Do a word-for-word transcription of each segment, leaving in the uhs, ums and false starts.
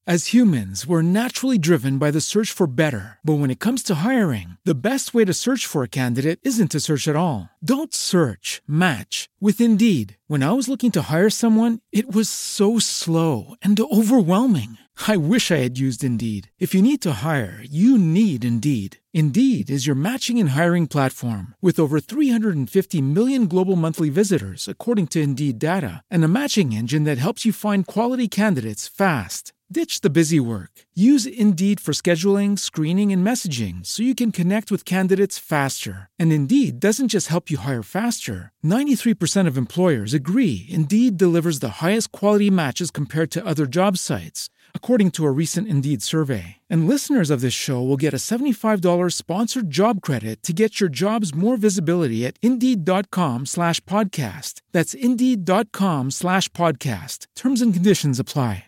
As humans, we're naturally driven by the search for better. But when it comes to hiring, the best way to search for a candidate isn't to search at all. Don't search, match with Indeed. When I was looking to hire someone, it was so slow and overwhelming. I wish I had used Indeed. If you need to hire, you need Indeed. Indeed is your matching and hiring platform with over three hundred fifty million global monthly visitors, according to Indeed data, and a matching engine that helps you find quality candidates fast. Ditch the busy work. Use Indeed for scheduling, screening, and messaging so you can connect with candidates faster. And Indeed doesn't just help you hire faster. ninety-three percent of employers agree Indeed delivers the highest quality matches compared to other job sites, according to a recent Indeed survey. And listeners of this show will get a seventy-five dollars sponsored job credit to get your jobs more visibility at Indeed.com slash podcast. That's Indeed.com slash podcast. Terms and conditions apply.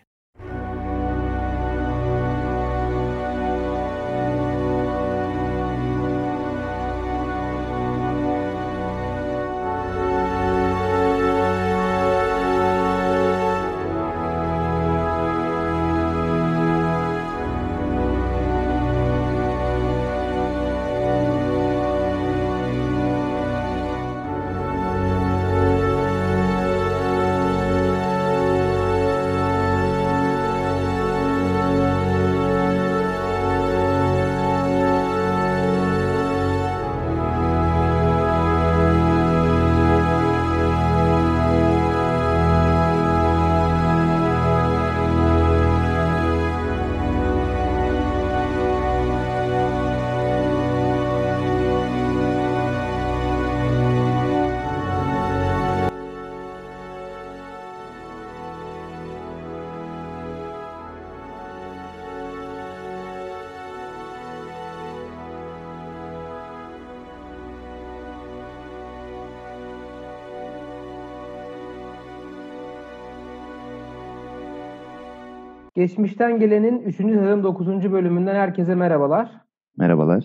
Geçmişten Gelen'in üçüncü sezon dokuzuncu bölümünden herkese merhabalar. Merhabalar.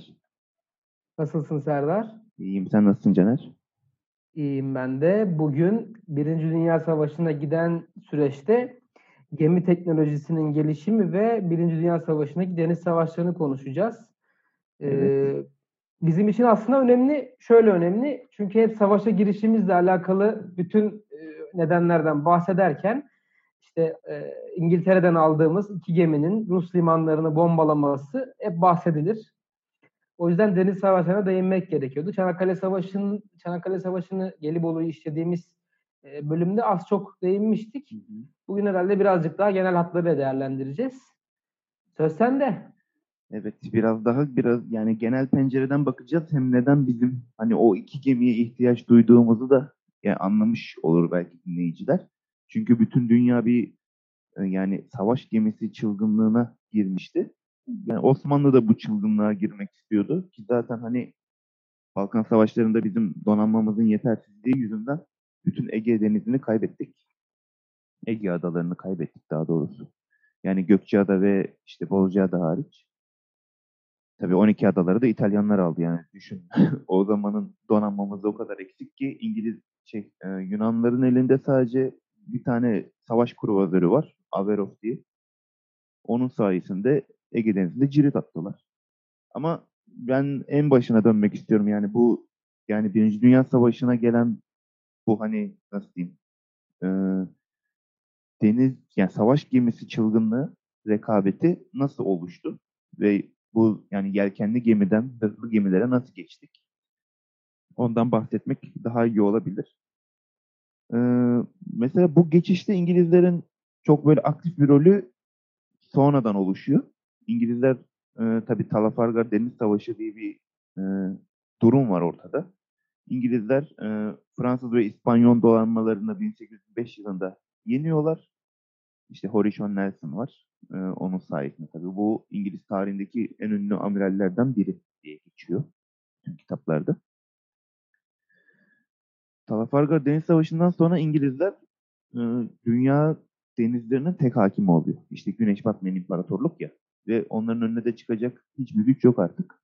Nasılsın Serdar? İyiyim. Sen nasılsın Caner? İyiyim ben de. Bugün Birinci Dünya Savaşı'na giden süreçte gemi teknolojisinin gelişimi ve Birinci Dünya Savaşı'ndaki deniz savaşlarını konuşacağız. Evet. Ee, bizim için aslında önemli, şöyle önemli. Çünkü hep savaşa girişimizle alakalı bütün e, nedenlerden bahsederken İşte e, İngiltere'den aldığımız iki geminin Rus limanlarını bombalaması hep bahsedilir. O yüzden deniz savaşlarına değinmek gerekiyordu. Çanakkale Savaşı'nın Çanakkale Savaşı'nı Gelibolu'yu işlediğimiz e, bölümde az çok değinmiştik. Hı hı. Bugün herhalde birazcık daha genel hatlarıyla değerlendireceğiz. Söz sende. Evet, biraz daha biraz yani genel pencereden bakacağız. Hem neden bizim hani o iki gemiye ihtiyaç duyduğumuzu da yani anlamış olur belki dinleyiciler. Çünkü bütün dünya bir yani savaş gemisi çılgınlığına girmişti. Yani Osmanlı da bu çılgınlığa girmek istiyordu ki zaten hani Balkan Savaşları'nda bizim donanmamızın yetersizliği yüzünden bütün Ege Denizi'ni kaybettik. Ege adalarını kaybettik daha doğrusu. Yani Gökçeada ve işte Bozcaada hariç. Tabii on iki adaları da İtalyanlar aldı yani düşün. O zamanın donanmamız o kadar eksik ki İngiliz şey e, Yunanların elinde sadece bir tane savaş kruvazörü var. Averof diye. Onun sayesinde Ege Denizi'nde cirit attılar. Ama ben en başına dönmek istiyorum yani bu yani Birinci Dünya Savaşı'na gelen bu hani nasıl diyeyim e, deniz yani savaş gemisi çılgınlığı rekabeti nasıl oluştu ve bu yani yelkenli gemiden hızlı gemilere nasıl geçtik? Ondan bahsetmek daha iyi olabilir. Ee, mesela bu geçişte İngilizlerin çok böyle aktif bir rolü sonradan oluşuyor. İngilizler e, tabii Trafalgar Deniz Savaşı diye bir e, durum var ortada. İngilizler e, Fransız ve İspanyol donanmalarını bin sekiz yüz beş yılında yeniyorlar. İşte Horatio Nelson var. Ee, onun sayesinde tabii. Bu İngiliz tarihindeki en ünlü amirallerden biri diye geçiyor tüm kitaplarda. Trafalgar Deniz Savaşı'ndan sonra İngilizler e, dünya denizlerine tek hakim oluyor. İşte Güneş batmayan imparatorluk ya. Ve onların önüne de çıkacak hiçbir güç yok artık.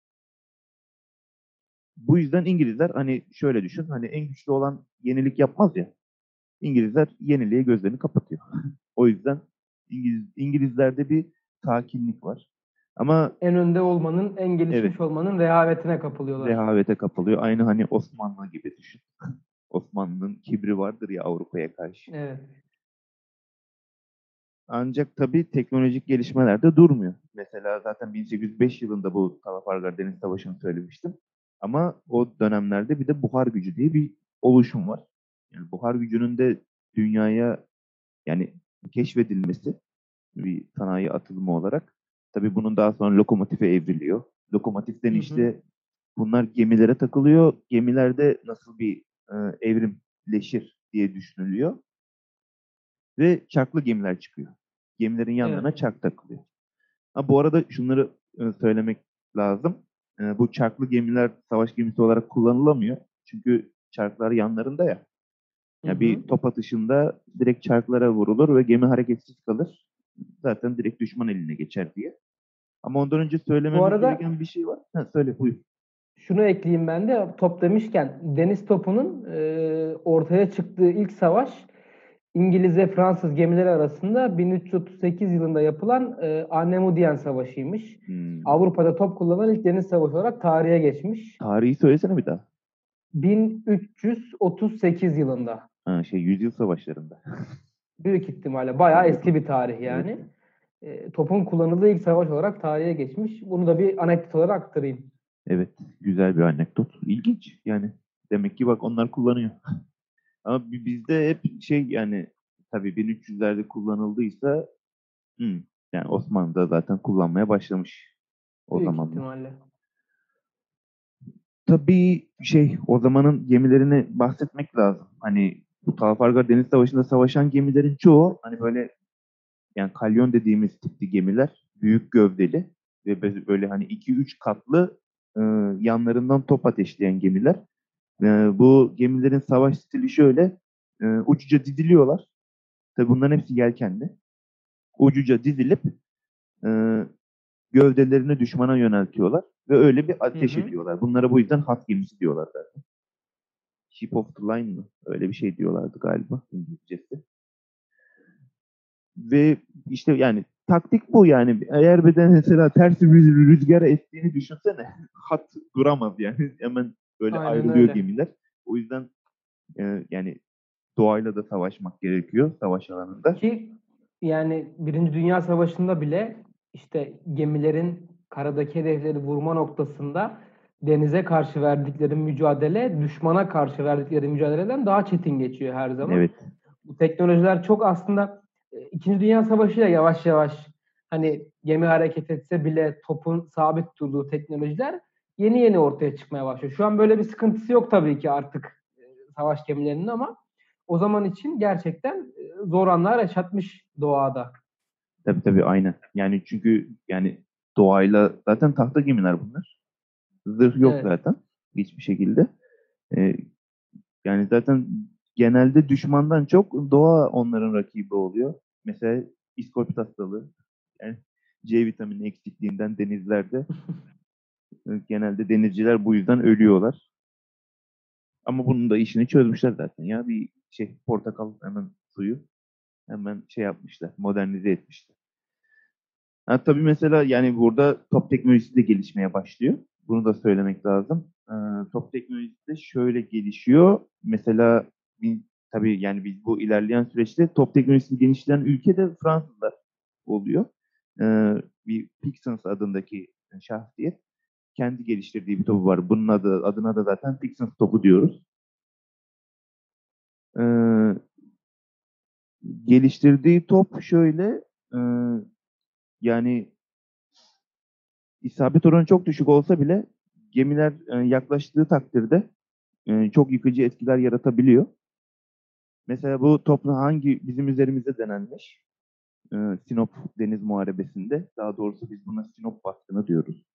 Bu yüzden İngilizler hani şöyle düşün. Hani en güçlü olan yenilik yapmaz ya. İngilizler yeniliğe gözlerini kapatıyor. O yüzden İngiliz, İngilizlerde bir sakinlik var. Ama En önde olmanın, en gelişmiş evet, olmanın rehavetine kapılıyorlar. rehavete kapılıyor. Aynı hani Osmanlı gibi düşün. Osmanlı'nın kibri vardır ya Avrupa'ya karşı. Evet. Ancak tabii teknolojik gelişmeler de durmuyor. Mesela zaten bin sekiz yüz beş yılında bu Trafalgar Deniz Savaşı'nı söylemiştim. Ama o dönemlerde bir de buhar gücü diye bir oluşum var. Yani buhar gücünün de dünyaya yani keşfedilmesi bir sanayi atılımı olarak. Tabii bunun daha sonra lokomotife evriliyor. Lokomotiften Hı hı. işte bunlar gemilere takılıyor. Gemilerde nasıl bir e, evrimleşir diye düşünülüyor. Ve çarklı gemiler çıkıyor. Gemilerin yanlarına Evet. çark takılıyor. Ha, bu arada şunları e, söylemek lazım. E, bu çarklı gemiler savaş gemisi olarak kullanılamıyor. Çünkü çarklar yanlarında ya. Hı Yani hı. bir top atışında direkt çarklara vurulur ve gemi hareketsiz kalır. Zaten direkt düşman eline geçer diye. Ama ondan önce Bu söylememiz arada gereken bir şey var. Ha, söyle buyur. şunu ekleyeyim ben de, top demişken, deniz topunun e, ortaya çıktığı ilk savaş İngiliz ve Fransız gemileri arasında bin üç yüz otuz sekiz yılında yapılan e, Arnavutien Savaşı'ymış. Hmm. Avrupa'da top kullanan ilk deniz savaşı olarak tarihe geçmiş. Tarihi söylesene bir daha. bin üç yüz otuz sekiz yılında. Ha, şey yüzyıl savaşlarında. Büyük ihtimalle bayağı eski Anladım. bir tarih Evet. yani. E, topun kullanıldığı ilk savaş olarak tarihe geçmiş. Bunu da bir anekdot olarak aktarayım. Evet. Güzel bir anekdot. İlginç. Yani demek ki bak onlar kullanıyor. Ama bi- bizde hep şey yani tabii bin üç yüzlerde kullanıldıysa hmm, yani Osmanlı zaten kullanmaya başlamış o Büyük zamanlar. ihtimalle. Tabii şey o zamanın gemilerini bahsetmek lazım. Hani bu Trafalgar Deniz Savaşı'nda savaşan gemilerin çoğu hani böyle yani kalyon dediğimiz tipli gemiler büyük gövdeli ve be- böyle hani iki üç katlı e, yanlarından top ateşleyen gemiler. E, bu gemilerin savaş stili şöyle e, uçuca diziliyorlar. Tabii bunların hepsi yelkenli. Ucuca dizilip e, gövdelerini düşmana yöneltiyorlar ve öyle bir Hı ateş hı. ediyorlar. Bunlara bu yüzden hat gemisi diyorlar zaten. Ship of the Line mı? Öyle bir şey diyorlardı galiba İngilizcesi. Ve işte yani taktik bu yani. Eğer bir de mesela ters bir rüzgara estiğini düşünsene. Hat duramaz yani. Hemen böyle Aynen ayrılıyor öyle. gemiler. O yüzden e, yani doğayla da savaşmak gerekiyor savaş alanında. Ki yani Birinci Dünya Savaşı'nda bile işte gemilerin karadaki hedefleri vurma noktasında denize karşı verdikleri mücadele, düşmana karşı verdikleri mücadeleden daha çetin geçiyor her zaman. Evet. Bu teknolojiler çok aslında e, İkinci Dünya Savaşı'yla yavaş yavaş, hani gemi hareket etse bile topun sabit durduğu teknolojiler yeni yeni ortaya çıkmaya başlıyor. Şu an böyle bir sıkıntısı yok tabii ki artık e, savaş gemilerinin, ama o zaman için gerçekten e, zor anlar yaşatmış doğada. Tabii tabii aynen. Yani çünkü yani doğayla zaten tahta gemiler bunlar. Zırh yok Evet. zaten hiçbir şekilde. Ee, yani zaten genelde düşmandan çok doğa onların rakibi oluyor. Mesela iskorbit hastalığı. Yani C vitamini eksikliğinden denizlerde e, genelde denizciler bu yüzden ölüyorlar. Ama bunun da işini çözmüşler zaten ya. Bir şey portakal hemen suyu hemen şey yapmışlar. Modernize etmişler. Ha, tabii mesela yani burada top teknolojisi de gelişmeye başlıyor. Bunu da söylemek lazım. Ee, top teknolojisi de şöyle gelişiyor. Mesela bir, tabii yani biz bu ilerleyen süreçte top teknolojisini geliştiren ülke de Fransızlar oluyor. Ee, bir Pixens adındaki şahsiyet kendi geliştirdiği bir topu var. Bunun adı adına da zaten Pixens topu diyoruz. Ee, geliştirdiği top şöyle e, yani isabet oranı çok düşük olsa bile gemiler e, yaklaştığı takdirde e, çok yıkıcı etkiler yaratabiliyor. Mesela bu topla hangi bizim üzerimize denenmiş? E, Sinop Deniz Muharebesi'nde. Daha doğrusu biz buna Sinop baskını diyoruz.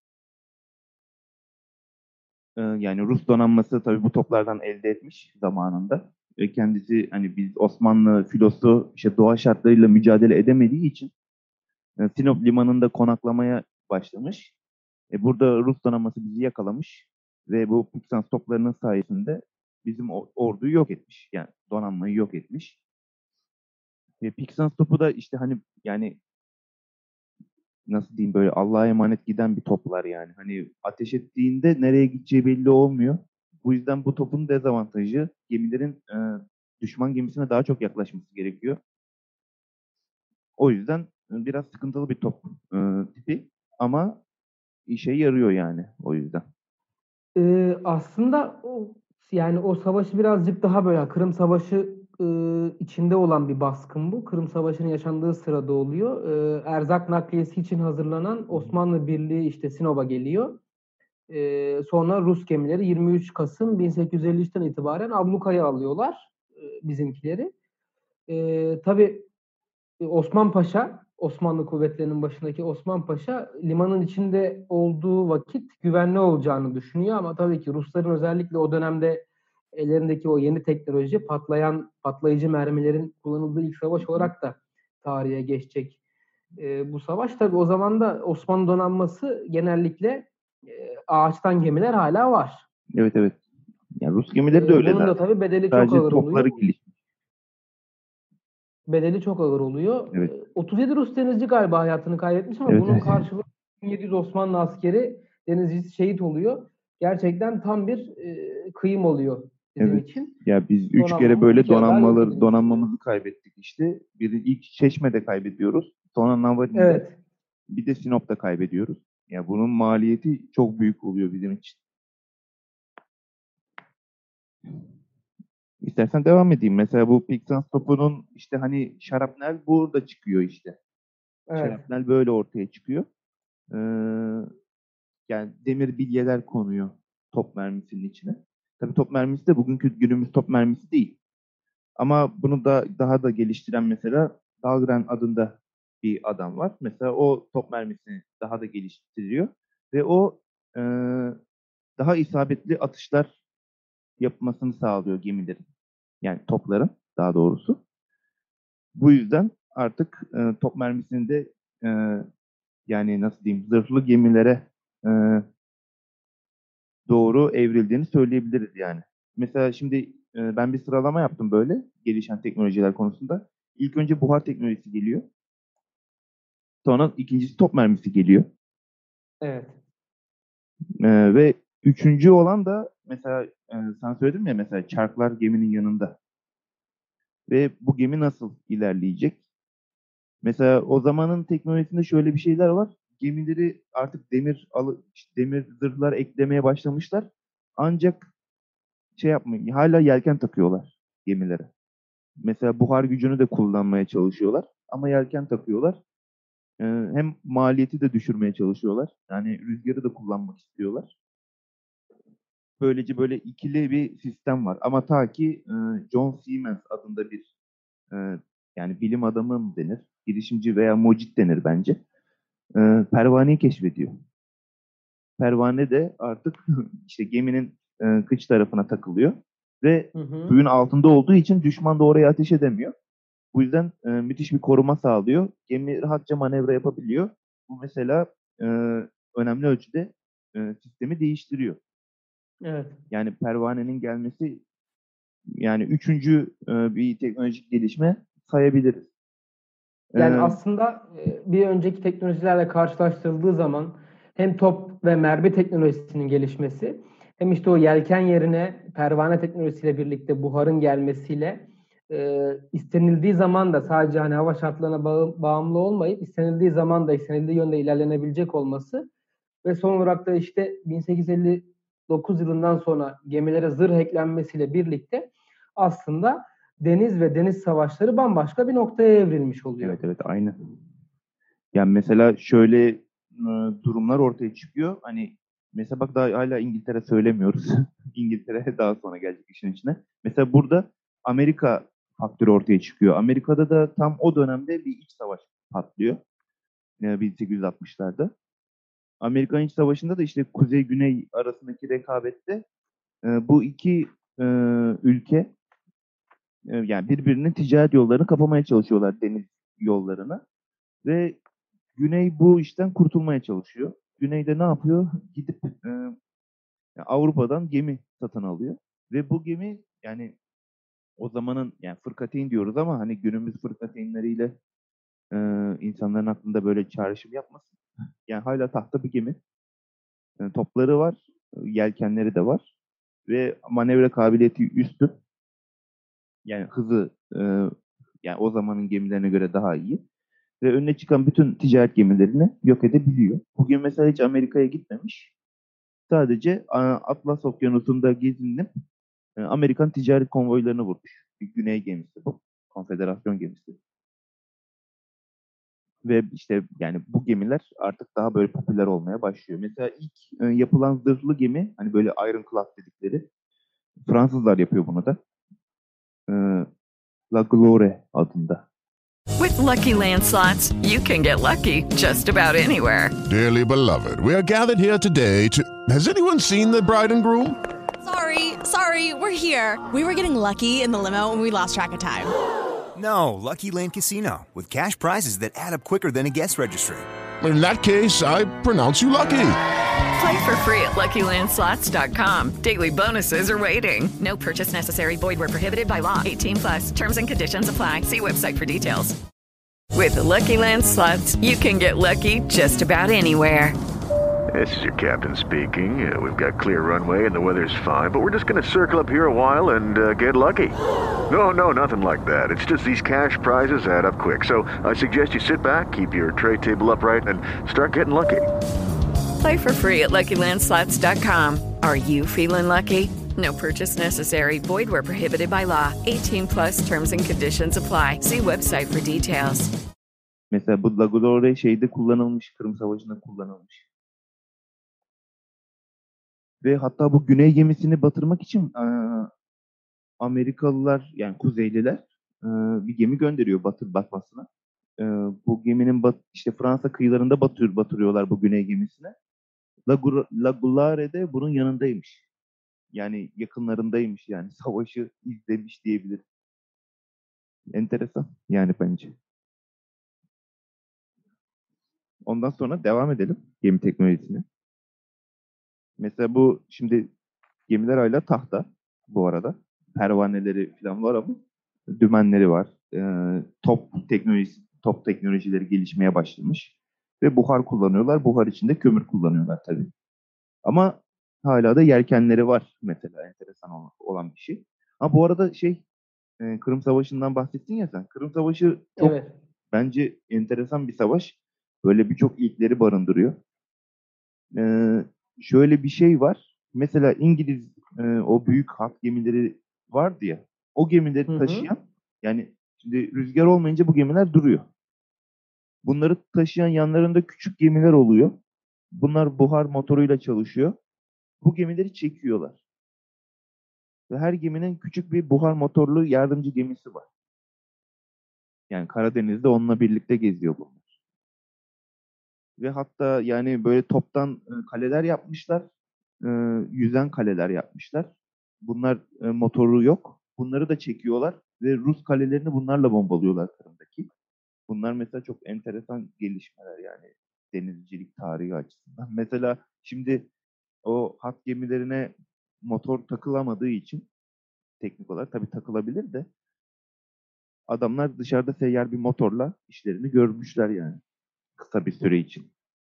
E, yani Rus donanması tabii bu toplardan elde etmiş zamanında. E, kendisi hani biz Osmanlı filosu işte doğa şartlarıyla mücadele edemediği için e, Sinop limanında konaklamaya başlamış. E, burada Rus donanması bizi yakalamış ve bu Püksans toplarının sayesinde bizim orduyu yok etmiş. Yani donanmayı yok etmiş. Ve Pixans topu da işte hani yani nasıl diyeyim böyle Allah'a emanet giden bir toplar yani. Hani ateş ettiğinde nereye gideceği belli olmuyor. Bu yüzden bu topun dezavantajı gemilerin e, düşman gemisine daha çok yaklaşması gerekiyor. O yüzden e, biraz sıkıntılı bir top e, tipi ama işe yarıyor yani o yüzden. Ee, aslında o, yani o savaşı birazcık daha böyle Kırım Savaşı e, içinde olan bir baskın bu. Kırım Savaşı'nın yaşandığı sırada oluyor. Ee, erzak nakliyesi için hazırlanan Osmanlı Birliği işte Sinop'a geliyor. Ee, sonra Rus gemileri yirmi üç Kasım bin sekiz yüz elli üçten itibaren ablukaya alıyorlar e, bizimkileri. Ee, tabii e, Osman Paşa, Osmanlı kuvvetlerinin başındaki Osman Paşa limanın içinde olduğu vakit güvenli olacağını düşünüyor ama tabii ki Rusların özellikle o dönemde ellerindeki o yeni teknoloji patlayan patlayıcı mermilerin kullanıldığı ilk savaş olarak da tarihe geçecek. E, bu savaş tabii o zaman da Osmanlı donanması genellikle e, ağaçtan gemiler hala var. Evet evet. Yani Rus gemileri de E, öyle bunun da zaten. tabii bedeli çok Sadece ağır topları oluyor. gelişmiş. Bedeli çok ağır oluyor. Evet. Ee, otuz yedi Rus denizci galiba hayatını kaybetmiş ama Evet bunun evet. karşılığı bin yedi yüz Osmanlı askeri denizcisi şehit oluyor. Gerçekten tam bir e, kıyım oluyor bizim Evet. için. Ya biz üç kere Donanmamız bir böyle kere daha yok donanmaları, edilmiş oluyor. donanmamızı kaybettik işte. Bir ilk Çeşme'de kaybediyoruz. Sonra Navari'de Evet. bir de Sinop'ta kaybediyoruz. Ya bunun maliyeti çok büyük oluyor bizim için. İstersen devam edeyim. Mesela bu Pixans topunun işte hani şarapnel burada çıkıyor işte. Evet. Şarapnel böyle ortaya çıkıyor. Ee, yani demir bilyeler konuyor top mermisinin içine. Tabii top mermisi de bugünkü günümüz top mermisi değil. Ama bunu da daha da geliştiren mesela Dahlgren adında bir adam var. Mesela o top mermisini daha da geliştiriyor ve o e, daha isabetli atışlar yapmasını sağlıyor gemilerin. Yani topların daha doğrusu. Bu yüzden artık e, top mermisini de e, yani nasıl diyeyim zırhlı gemilere e, doğru evrildiğini söyleyebiliriz yani. Mesela şimdi e, ben bir sıralama yaptım böyle gelişen teknolojiler konusunda. İlk önce buhar teknolojisi geliyor. Sonra ikincisi top mermisi geliyor. Evet. E, ve üçüncü olan da mesela e, sen söyledin ya mesela çarklar geminin yanında. Ve bu gemi nasıl ilerleyecek? Mesela o zamanın teknolojisinde şöyle bir şeyler var. Gemileri artık demir alı, demir zırhlar eklemeye başlamışlar. Ancak şey yapmayın, hala yelken takıyorlar gemilere. Mesela buhar gücünü de kullanmaya çalışıyorlar. Ama yelken takıyorlar. Ee, hem maliyeti de düşürmeye çalışıyorlar. Yani rüzgarı da kullanmak istiyorlar. Böylece böyle ikili bir sistem var. Ama ta ki e, John Siemens adında bir e, yani bilim adamı mı denir? Girişimci veya mucit denir bence. E, pervaneyi keşfediyor. Pervane de artık işte geminin e, kıç tarafına takılıyor ve Hı hı. suyun altında olduğu için düşman da oraya ateş edemiyor. Bu yüzden e, müthiş bir koruma sağlıyor. Gemi rahatça manevra yapabiliyor. Bu mesela e, önemli ölçüde e, sistemi değiştiriyor. Evet. Yani pervanenin gelmesi yani üçüncü e, bir teknolojik gelişme sayabiliriz. Yani E, aslında e, bir önceki teknolojilerle karşılaştırıldığı zaman hem top ve mermi teknolojisinin gelişmesi hem işte o yelken yerine pervane teknolojisiyle birlikte buharın gelmesiyle e, istenildiği zaman da sadece hani hava şartlarına bağ- bağımlı olmayıp istenildiği zaman da istenildiği yönde ilerlenebilecek olması ve son olarak da işte bin sekiz yüz elli dokuz yılından sonra gemilere zırh eklenmesiyle birlikte aslında deniz ve deniz savaşları bambaşka bir noktaya evrilmiş oluyor. evet evet aynı. Yani mesela şöyle e, durumlar ortaya çıkıyor. Hani mesela bak daha hala İngiltere söylemiyoruz. İngiltere daha sonra gelecek işin içine. Mesela burada Amerika faktörü ortaya çıkıyor. Amerika'da da tam o dönemde bir iç savaş patlıyor. E, bin sekiz yüz altmışlarda. Amerikan İç Savaşı'nda da işte Kuzey-Güney arasındaki rekabette e, bu iki e, ülke e, yani birbirinin ticaret yollarını kapamaya çalışıyorlar deniz yollarına. Ve Güney bu işten kurtulmaya çalışıyor. Güney'de ne yapıyor? Gidip e, Avrupa'dan gemi satın alıyor. Ve bu gemi yani o zamanın yani fırkateyn diyoruz ama hani günümüz fırkateynleriyle e, insanların aklında böyle çağrışım yapmasın. Yani hala tahta bir gemi. Yani topları var, yelkenleri de var ve manevra kabiliyeti üstün. Yani hızı e, yani o zamanın gemilerine göre daha iyi. Ve önüne çıkan bütün ticaret gemilerini yok edebiliyor. Bu gemi mesela hiç Amerika'ya gitmemiş. Sadece Atlas Okyanusu'nda gezinip Amerikan ticaret konvoylarını vurmuş. Bir güney gemisi bu. Konfederasyon gemisi. Ve işte yani bu gemiler artık daha böyle popüler olmaya başlıyor. Mesela ilk yapılan zırhlı gemi hani böyle Ironclad dedikleri Fransızlar yapıyor bunu da. La Gloire adında. With Lucky Land Slots, you can get lucky just about anywhere. Dearly beloved, we are gathered here today to... Has anyone seen the bride and groom? Sorry, sorry, we're here. We were getting lucky in the limo and we lost track of time. No, Lucky Land Casino, with cash prizes that add up quicker than a guest registry. In that case, I pronounce you lucky. Play for free at Lucky Land Slots dot com. Daily bonuses are waiting. No purchase necessary. Void where prohibited by law. eighteen plus. Terms and conditions apply. See website for details. With the Lucky Land Slots, you can get lucky just about anywhere. This is your captain speaking. Uh, we've got clear runway and the weather's fine, but we're just going to circle up here a while and uh, get lucky. No, no, nothing like that. It's just these cash prizes add up quick. So I suggest you sit back, keep your tray table upright, and start getting lucky. Play for free at Lucky Land Slots dot com. Are you feeling lucky? No purchase necessary. Void where prohibited by law. eighteen plus terms and conditions apply. See website for details. Mesela bu La Gloire şeyde kullanılmış, Kırım Savaşı'nda kullanılmış. Ve hatta bu Güney gemisini batırmak için e, Amerikalılar yani Kuzeyliler e, bir gemi gönderiyor batır batmasına. E, bu geminin bat, işte Fransa kıyılarında batır, batırıyorlar bu Güney gemisine. La, La Gloire de bunun yanındaymış. Yani yakınlarındaymış yani savaşı izlemiş diyebiliriz. Enteresan yani bence. Ondan sonra devam edelim gemi teknolojisine. Mesela bu şimdi gemiler hala tahta bu arada. Pervaneleri falan var ama dümenleri var. Ee, top teknolojisi, top teknolojileri gelişmeye başlamış. Ve buhar kullanıyorlar. Buhar içinde kömür kullanıyorlar tabii. Ama hala da yelkenleri var mesela. Enteresan olan bir şey. Ha bu arada şey e, Kırım Savaşı'ndan bahsettin ya sen. Kırım Savaşı çok evet. Bence enteresan bir savaş. Böyle birçok ilkleri barındırıyor. Ee, şöyle bir şey var. Mesela İngiliz e, o büyük hat gemileri vardı ya. O gemileri Hı hı. taşıyan yani şimdi rüzgar olmayınca bu gemiler duruyor. Bunları taşıyan yanlarında küçük gemiler oluyor. Bunlar buhar motoruyla çalışıyor. Bu gemileri çekiyorlar. Ve her geminin küçük bir buhar motorlu yardımcı gemisi var. Yani Karadeniz'de onunla birlikte geziyor bunlar. Ve hatta yani böyle toptan kaleler yapmışlar. Yüzen kaleler yapmışlar. Bunlar motoru yok. Bunları da çekiyorlar ve Rus kalelerini bunlarla bombalıyorlar Kırım'daki. Bunlar mesela çok enteresan gelişmeler yani denizcilik tarihi açısından. Mesela şimdi o hat gemilerine motor takılamadığı için teknik olarak tabii takılabilir de adamlar dışarıda seyyar bir motorla işlerini görmüşler yani kısa bir süre için.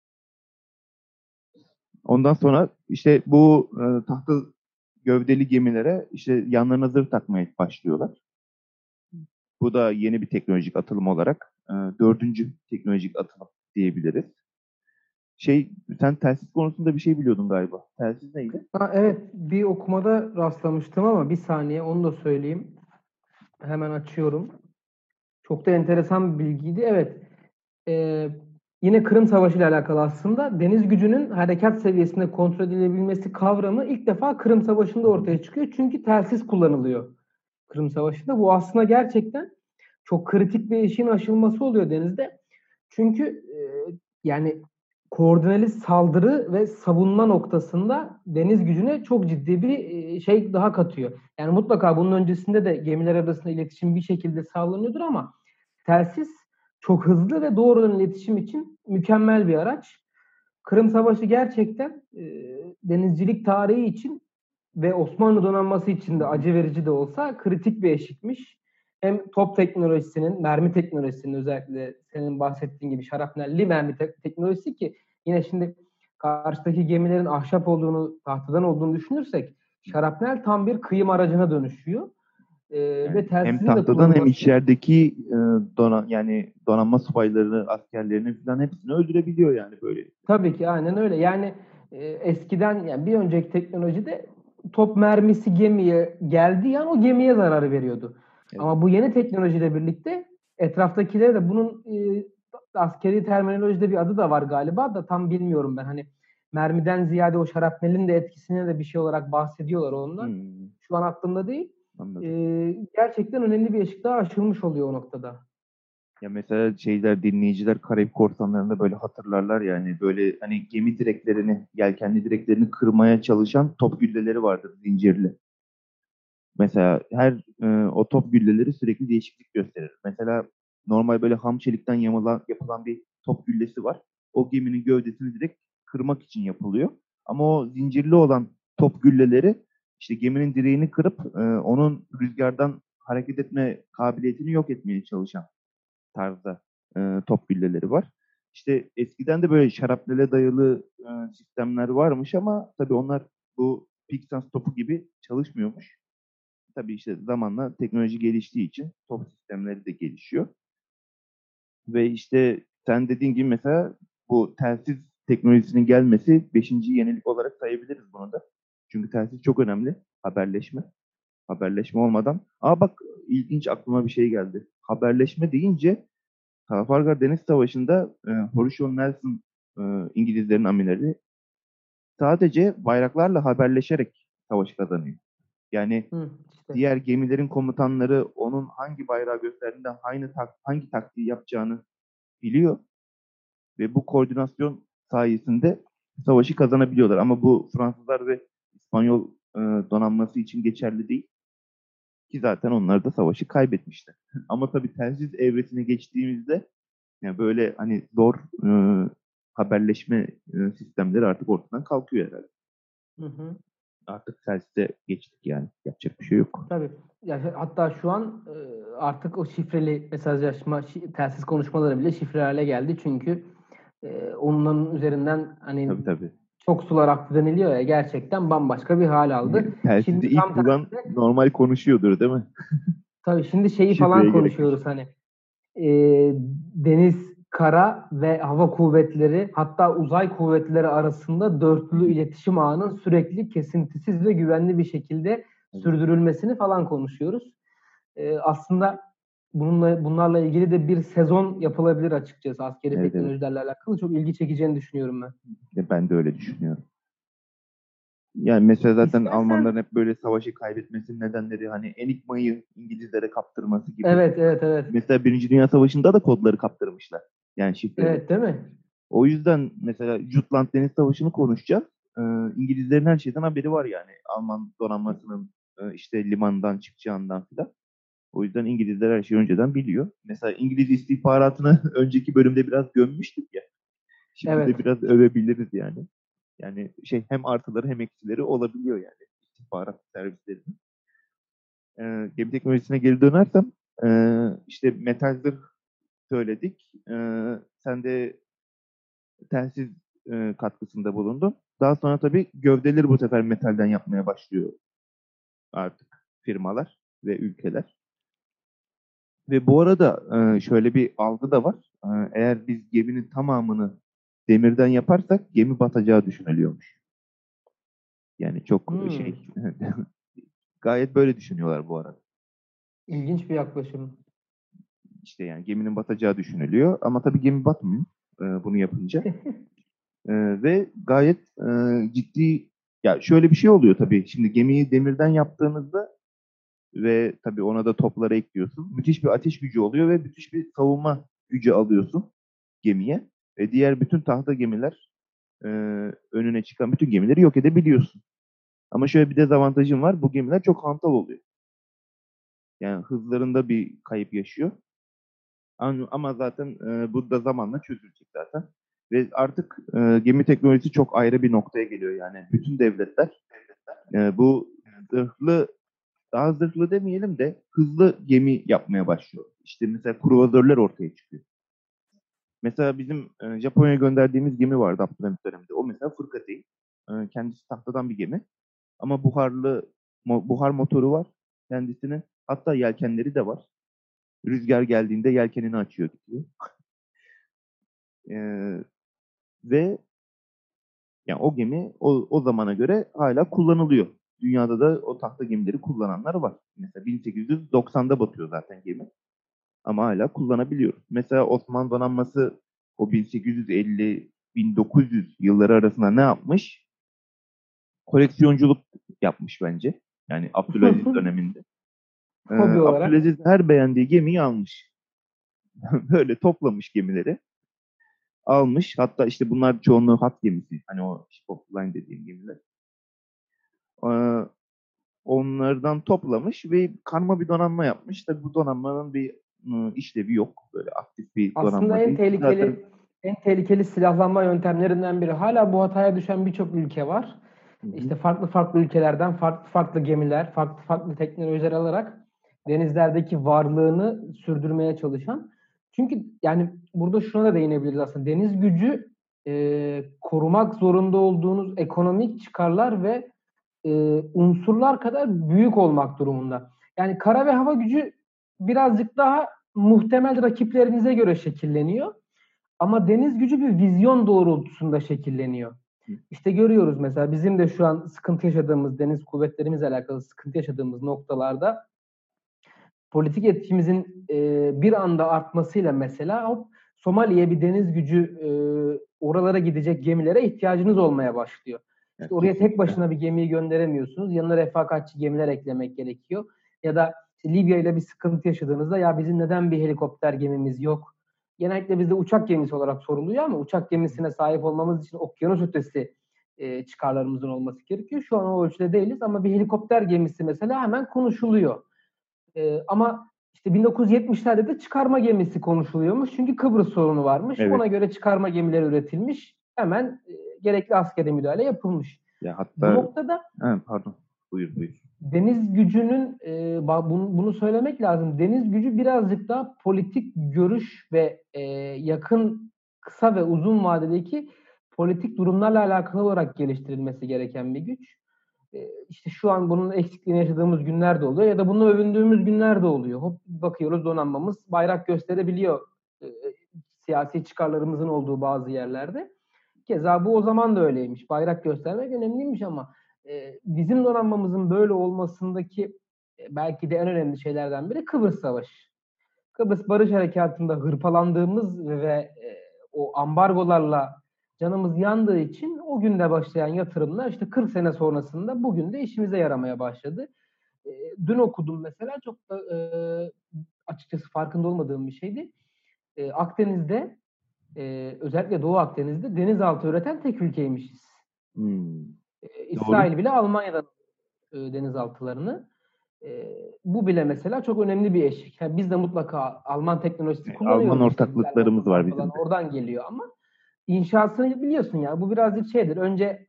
Ondan sonra işte bu e, tahta gövdeli gemilere işte yanlarına zırh takmaya başlıyorlar. Bu da yeni bir teknolojik atılım olarak e, dördüncü teknolojik atılım diyebiliriz. Şey, sen telsiz konusunda bir şey biliyordun galiba. Telsiz neydi? Ha, evet, bir okumada rastlamıştım ama bir saniye onu da söyleyeyim. Hemen açıyorum. Çok da enteresan bir bilgiydi. Evet. Ee, yine Kırım Savaşı ile alakalı aslında. Deniz gücünün harekat seviyesinde kontrol edilebilmesi kavramı ilk defa Kırım Savaşı'nda ortaya çıkıyor. Çünkü telsiz kullanılıyor Kırım Savaşı'nda. Bu aslında gerçekten çok kritik bir işin aşılması oluyor denizde. Çünkü e, yani koordineli saldırı ve savunma noktasında deniz gücüne çok ciddi bir şey daha katıyor. Yani mutlaka bunun öncesinde de gemiler arasında iletişim bir şekilde sağlanıyordur ama telsiz çok hızlı ve doğrudan iletişim için mükemmel bir araç. Kırım Savaşı gerçekten e, denizcilik tarihi için ve Osmanlı donanması için de acı verici de olsa kritik bir eşikmiş. Hem top teknolojisinin, mermi teknolojisinin, özellikle senin bahsettiğin gibi şarapnelli mermi te- teknolojisi ki yine şimdi karşıdaki gemilerin ahşap olduğunu, tahtadan olduğunu düşünürsek şarapnel tam bir kıyım aracına dönüşüyor. Ee, Yani ve hem telsizin de tahtadan hem kullanılması. içerideki e, donan yani donanma subaylarını, askerlerini falan hepsini öldürebiliyor yani böyle. Tabii ki aynen öyle. Yani e, eskiden, yani bir önceki teknolojide top mermisi gemiye geldiği an o gemiye zarar veriyordu. Evet. Ama bu yeni teknolojiyle birlikte etraftakilere de bunun e, askeri terminolojide bir adı da var galiba da tam bilmiyorum ben. Hani mermiden ziyade o şarapnelin de etkisine de bir şey olarak bahsediyorlar ondan. Hmm, Şu an aklımda değil. anladım. E, gerçekten önemli bir eşik daha aşılmış oluyor o noktada. Ya mesela şeyler dinleyiciler Karayip Korsanları'nda böyle hatırlarlar yani böyle hani gemi direklerini, yelkenli direklerini kırmaya çalışan top gülleleri vardır zincirli. Mesela her e, o top gülleleri sürekli değişiklik gösterir. Mesela normal böyle ham çelikten yamılan, yapılan bir top güllesi var. O geminin gövdesini direkt kırmak için yapılıyor. Ama o zincirli olan top gülleleri işte geminin direğini kırıp e, onun rüzgardan hareket etme kabiliyetini yok etmeye çalışan tarzda e, top gülleleri var. İşte eskiden de böyle şarapnele dayalı e, sistemler varmış ama tabii onlar bu Pixans topu gibi çalışmıyormuş. Tabii işte zamanla teknoloji geliştiği için top sistemleri de gelişiyor. Ve işte sen dediğin gibi mesela bu telsiz teknolojisinin gelmesi beşinci yenilik olarak sayabiliriz bunu da. Çünkü telsiz çok önemli. Haberleşme. Haberleşme olmadan. Aa bak ilginç aklıma bir şey geldi. Haberleşme deyince Trafalgar Deniz Savaşı'nda e, Horatio Nelson e, İngilizlerin amirali sadece bayraklarla haberleşerek savaşı kazanıyor. Yani Hı, işte. diğer gemilerin komutanları onun hangi bayrağı gösterdiğinde hangi, tak, hangi taktiği yapacağını biliyor ve bu koordinasyon sayesinde savaşı kazanabiliyorlar. Ama bu Fransızlar ve İspanyol e, donanması için geçerli değil ki zaten onlar da savaşı kaybetmişler. Ama tabii telsiz evresine geçtiğimizde yani böyle hani zor e, haberleşme e, sistemleri artık ortadan kalkıyor herhalde. Hı hı. Artık telsize geçtik yani. Yapacak bir şey yok. Tabii. Yani hatta şu an e, artık o şifreli mesajlaşma, şi- telsiz konuşmaları bile şifreli hale geldi. Çünkü e, onların üzerinden hani Tabii tabii. çok sular aktı deniliyor ya, gerçekten bambaşka bir hal aldı. Telsizi Şimdi ilk tam bulan tersine, normal konuşuyordur değil mi? tabii şimdi şeyi falan Şifreye gerek yok. konuşuyoruz hani e, deniz, kara ve hava kuvvetleri, hatta uzay kuvvetleri arasında dörtlü iletişim ağının sürekli kesintisiz ve güvenli bir şekilde sürdürülmesini falan konuşuyoruz. Ee, aslında bununla bunlarla ilgili de bir sezon yapılabilir açıkçası, askeri Evet, evet. teknolojilerle alakalı. Çok ilgi çekeceğini düşünüyorum ben. Ya ben de öyle düşünüyorum. Yani mesela zaten İstersen, Almanların hep böyle savaşı kaybetmesinin nedenleri hani Enigma'yı İngilizlere kaptırması gibi. evet evet evet. Mesela Birinci Dünya Savaşı'nda da kodları kaptırmışlar. Yani şifreli. Evet, değil mi? O yüzden mesela Jutland Deniz Savaşı'nı konuşacağız. Ee, İngilizlerin her şeyden haberi var yani. Alman donanmasının e, işte limandan çıkacağından filan. O yüzden İngilizler her şeyi önceden biliyor. Mesela İngiliz istihbaratını önceki bölümde biraz gömmüştük ya. Şimdi Evet. de biraz övebiliriz yani. Yani şey hem artıları hem eksileri olabiliyor yani istihbarat servislerinin. Ee, gemi teknolojisine geri dönersem e, işte metal zırh söyledik. E, sen de telsiz e, katkısında bulundun. Daha sonra tabii gövdeleri bu sefer metalden yapmaya başlıyor artık firmalar ve ülkeler. Ve bu arada e, şöyle bir algı da var. E, eğer biz geminin tamamını demirden yaparsak gemi batacağı düşünülüyormuş. Yani çok Hmm. şey gayet böyle düşünüyorlar bu arada. İlginç bir yaklaşım. İşte yani geminin batacağı düşünülüyor ama tabii gemi batmıyor e, bunu yapınca. E, ve gayet e, ciddi ya şöyle bir şey oluyor tabii. Şimdi gemiyi demirden yaptığınızda ve tabii ona da topları ekliyorsun. Müthiş bir ateş gücü oluyor ve müthiş bir savunma gücü alıyorsun gemiye. Ve diğer bütün tahta gemiler e, önüne çıkan bütün gemileri yok edebiliyorsun. Ama şöyle bir dezavantajın var. Bu gemiler çok hantal oluyor. Yani hızlarında bir kayıp yaşıyor. Ama zaten e, bu da zamanla çözülecek zaten. Ve artık e, gemi teknolojisi çok ayrı bir noktaya geliyor yani. Bütün devletler e, bu zırhlı, daha zırhlı demeyelim de hızlı gemi yapmaya başlıyor. İşte mesela kruvazörler ortaya çıkıyor. Mesela bizim e, Japonya'ya gönderdiğimiz gemi vardı Abdülhamit döneminde. O mesela fırkateyn. E, kendisi tahtadan bir gemi. Ama buharlı mo- buhar motoru var kendisinin. Hatta yelkenleri de var. Rüzgar geldiğinde yelkenini açıyor gidiyor. E, ve yani o gemi o, o zamana göre hala kullanılıyor. Dünyada da o tahta gemileri kullananlar var. Mesela bin sekiz yüz doksanda batıyor zaten gemi. Ama hala kullanabiliyoruz. Mesela Osmanlı donanması o bin sekiz yüz elli bin dokuz yüz yılları arasında ne yapmış? Koleksiyonculuk yapmış bence. Yani Abdülaziz döneminde. Ee, Hobi olarak. Abdülaziz her beğendiği gemiyi almış. Böyle toplamış gemileri. Almış. Hatta işte bunlar çoğunluğu hat gemisi. Hani o ship of the line dediğim gemiler. Ee, onlardan toplamış ve karma bir donanma yapmış. Tabii bu donanmanın bir ı, işlevi yok. Böyle aktif bir Aslında donanma en değil. tehlikeli Zaten en tehlikeli silahlanma yöntemlerinden biri. Hala bu hataya düşen birçok ülke var. hı hı. İşte farklı farklı ülkelerden farklı farklı gemiler, farklı farklı teknolojiler alarak denizlerdeki varlığını sürdürmeye çalışan. Çünkü yani burada şuna da değinebiliriz aslında. Deniz gücü e, korumak zorunda olduğunuz ekonomik çıkarlar ve e, unsurlar kadar büyük olmak durumunda. Yani kara ve hava gücü birazcık daha muhtemel rakiplerinize göre şekilleniyor. Ama deniz gücü bir vizyon doğrultusunda şekilleniyor. İşte görüyoruz mesela bizim de şu an sıkıntı yaşadığımız, deniz kuvvetlerimizle alakalı sıkıntı yaşadığımız noktalarda politik etkimizin e, bir anda artmasıyla mesela hop, Somali'ye bir deniz gücü e, oralara gidecek gemilere ihtiyacınız olmaya başlıyor. Yani İşte oraya tek kesinlikle. başına bir gemiyi gönderemiyorsunuz. Yanına refakatçi gemiler eklemek gerekiyor. Ya da işte Libya ile bir sıkıntı yaşadığınızda ya bizim neden bir helikopter gemimiz yok? Genellikle bizde uçak gemisi olarak soruluyor ama uçak gemisine sahip olmamız için okyanus ötesi e, çıkarlarımızın olması gerekiyor. Şu an o ölçüde değiliz ama bir helikopter gemisi mesela hemen konuşuluyor. Ee, ama işte bin dokuz yüz yetmişlerde de çıkarma gemisi konuşuluyormuş. Çünkü Kıbrıs sorunu varmış. Evet. Ona göre çıkarma gemileri üretilmiş. Hemen e, gerekli askeri müdahale yapılmış. Ya hatta Bu noktada ha, pardon. Buyur buyur. deniz gücünün e, bunu, bunu söylemek lazım. Deniz gücü birazcık daha politik görüş ve e, yakın, kısa ve uzun vadedeki politik durumlarla alakalı olarak geliştirilmesi gereken bir güç. İşte şu an bunun eksikliğini yaşadığımız günler de oluyor ya da bunu övündüğümüz günler de oluyor. Hop bakıyoruz donanmamız bayrak gösterebiliyor e, siyasi çıkarlarımızın olduğu bazı yerlerde. Keza bu o zaman da öyleymiş. Bayrak göstermek önemliymiş ama e, bizim donanmamızın böyle olmasındaki e, belki de en önemli şeylerden biri Kıbrıs Savaşı. Kıbrıs Barış Harekatı'nda hırpalandığımız ve e, o ambargolarla canımız yandığı için o günde başlayan yatırımlar işte kırk sene sonrasında bugün de işimize yaramaya başladı. E, dün okudum mesela çok da e, açıkçası farkında olmadığım bir şeydi. E, Akdeniz'de e, özellikle Doğu Akdeniz'de denizaltı üreten tek ülkeymişiz. Hmm. E, İsrail bile Almanya'dan e, denizaltılarını. E, bu bile mesela çok önemli bir eşik. Yani biz de mutlaka Alman teknolojisi kullanıyoruz. Alman İşte ortaklıklarımız var bizim de. oradan geliyor ama inşasını biliyorsun ya. Bu birazcık şeydir. Önce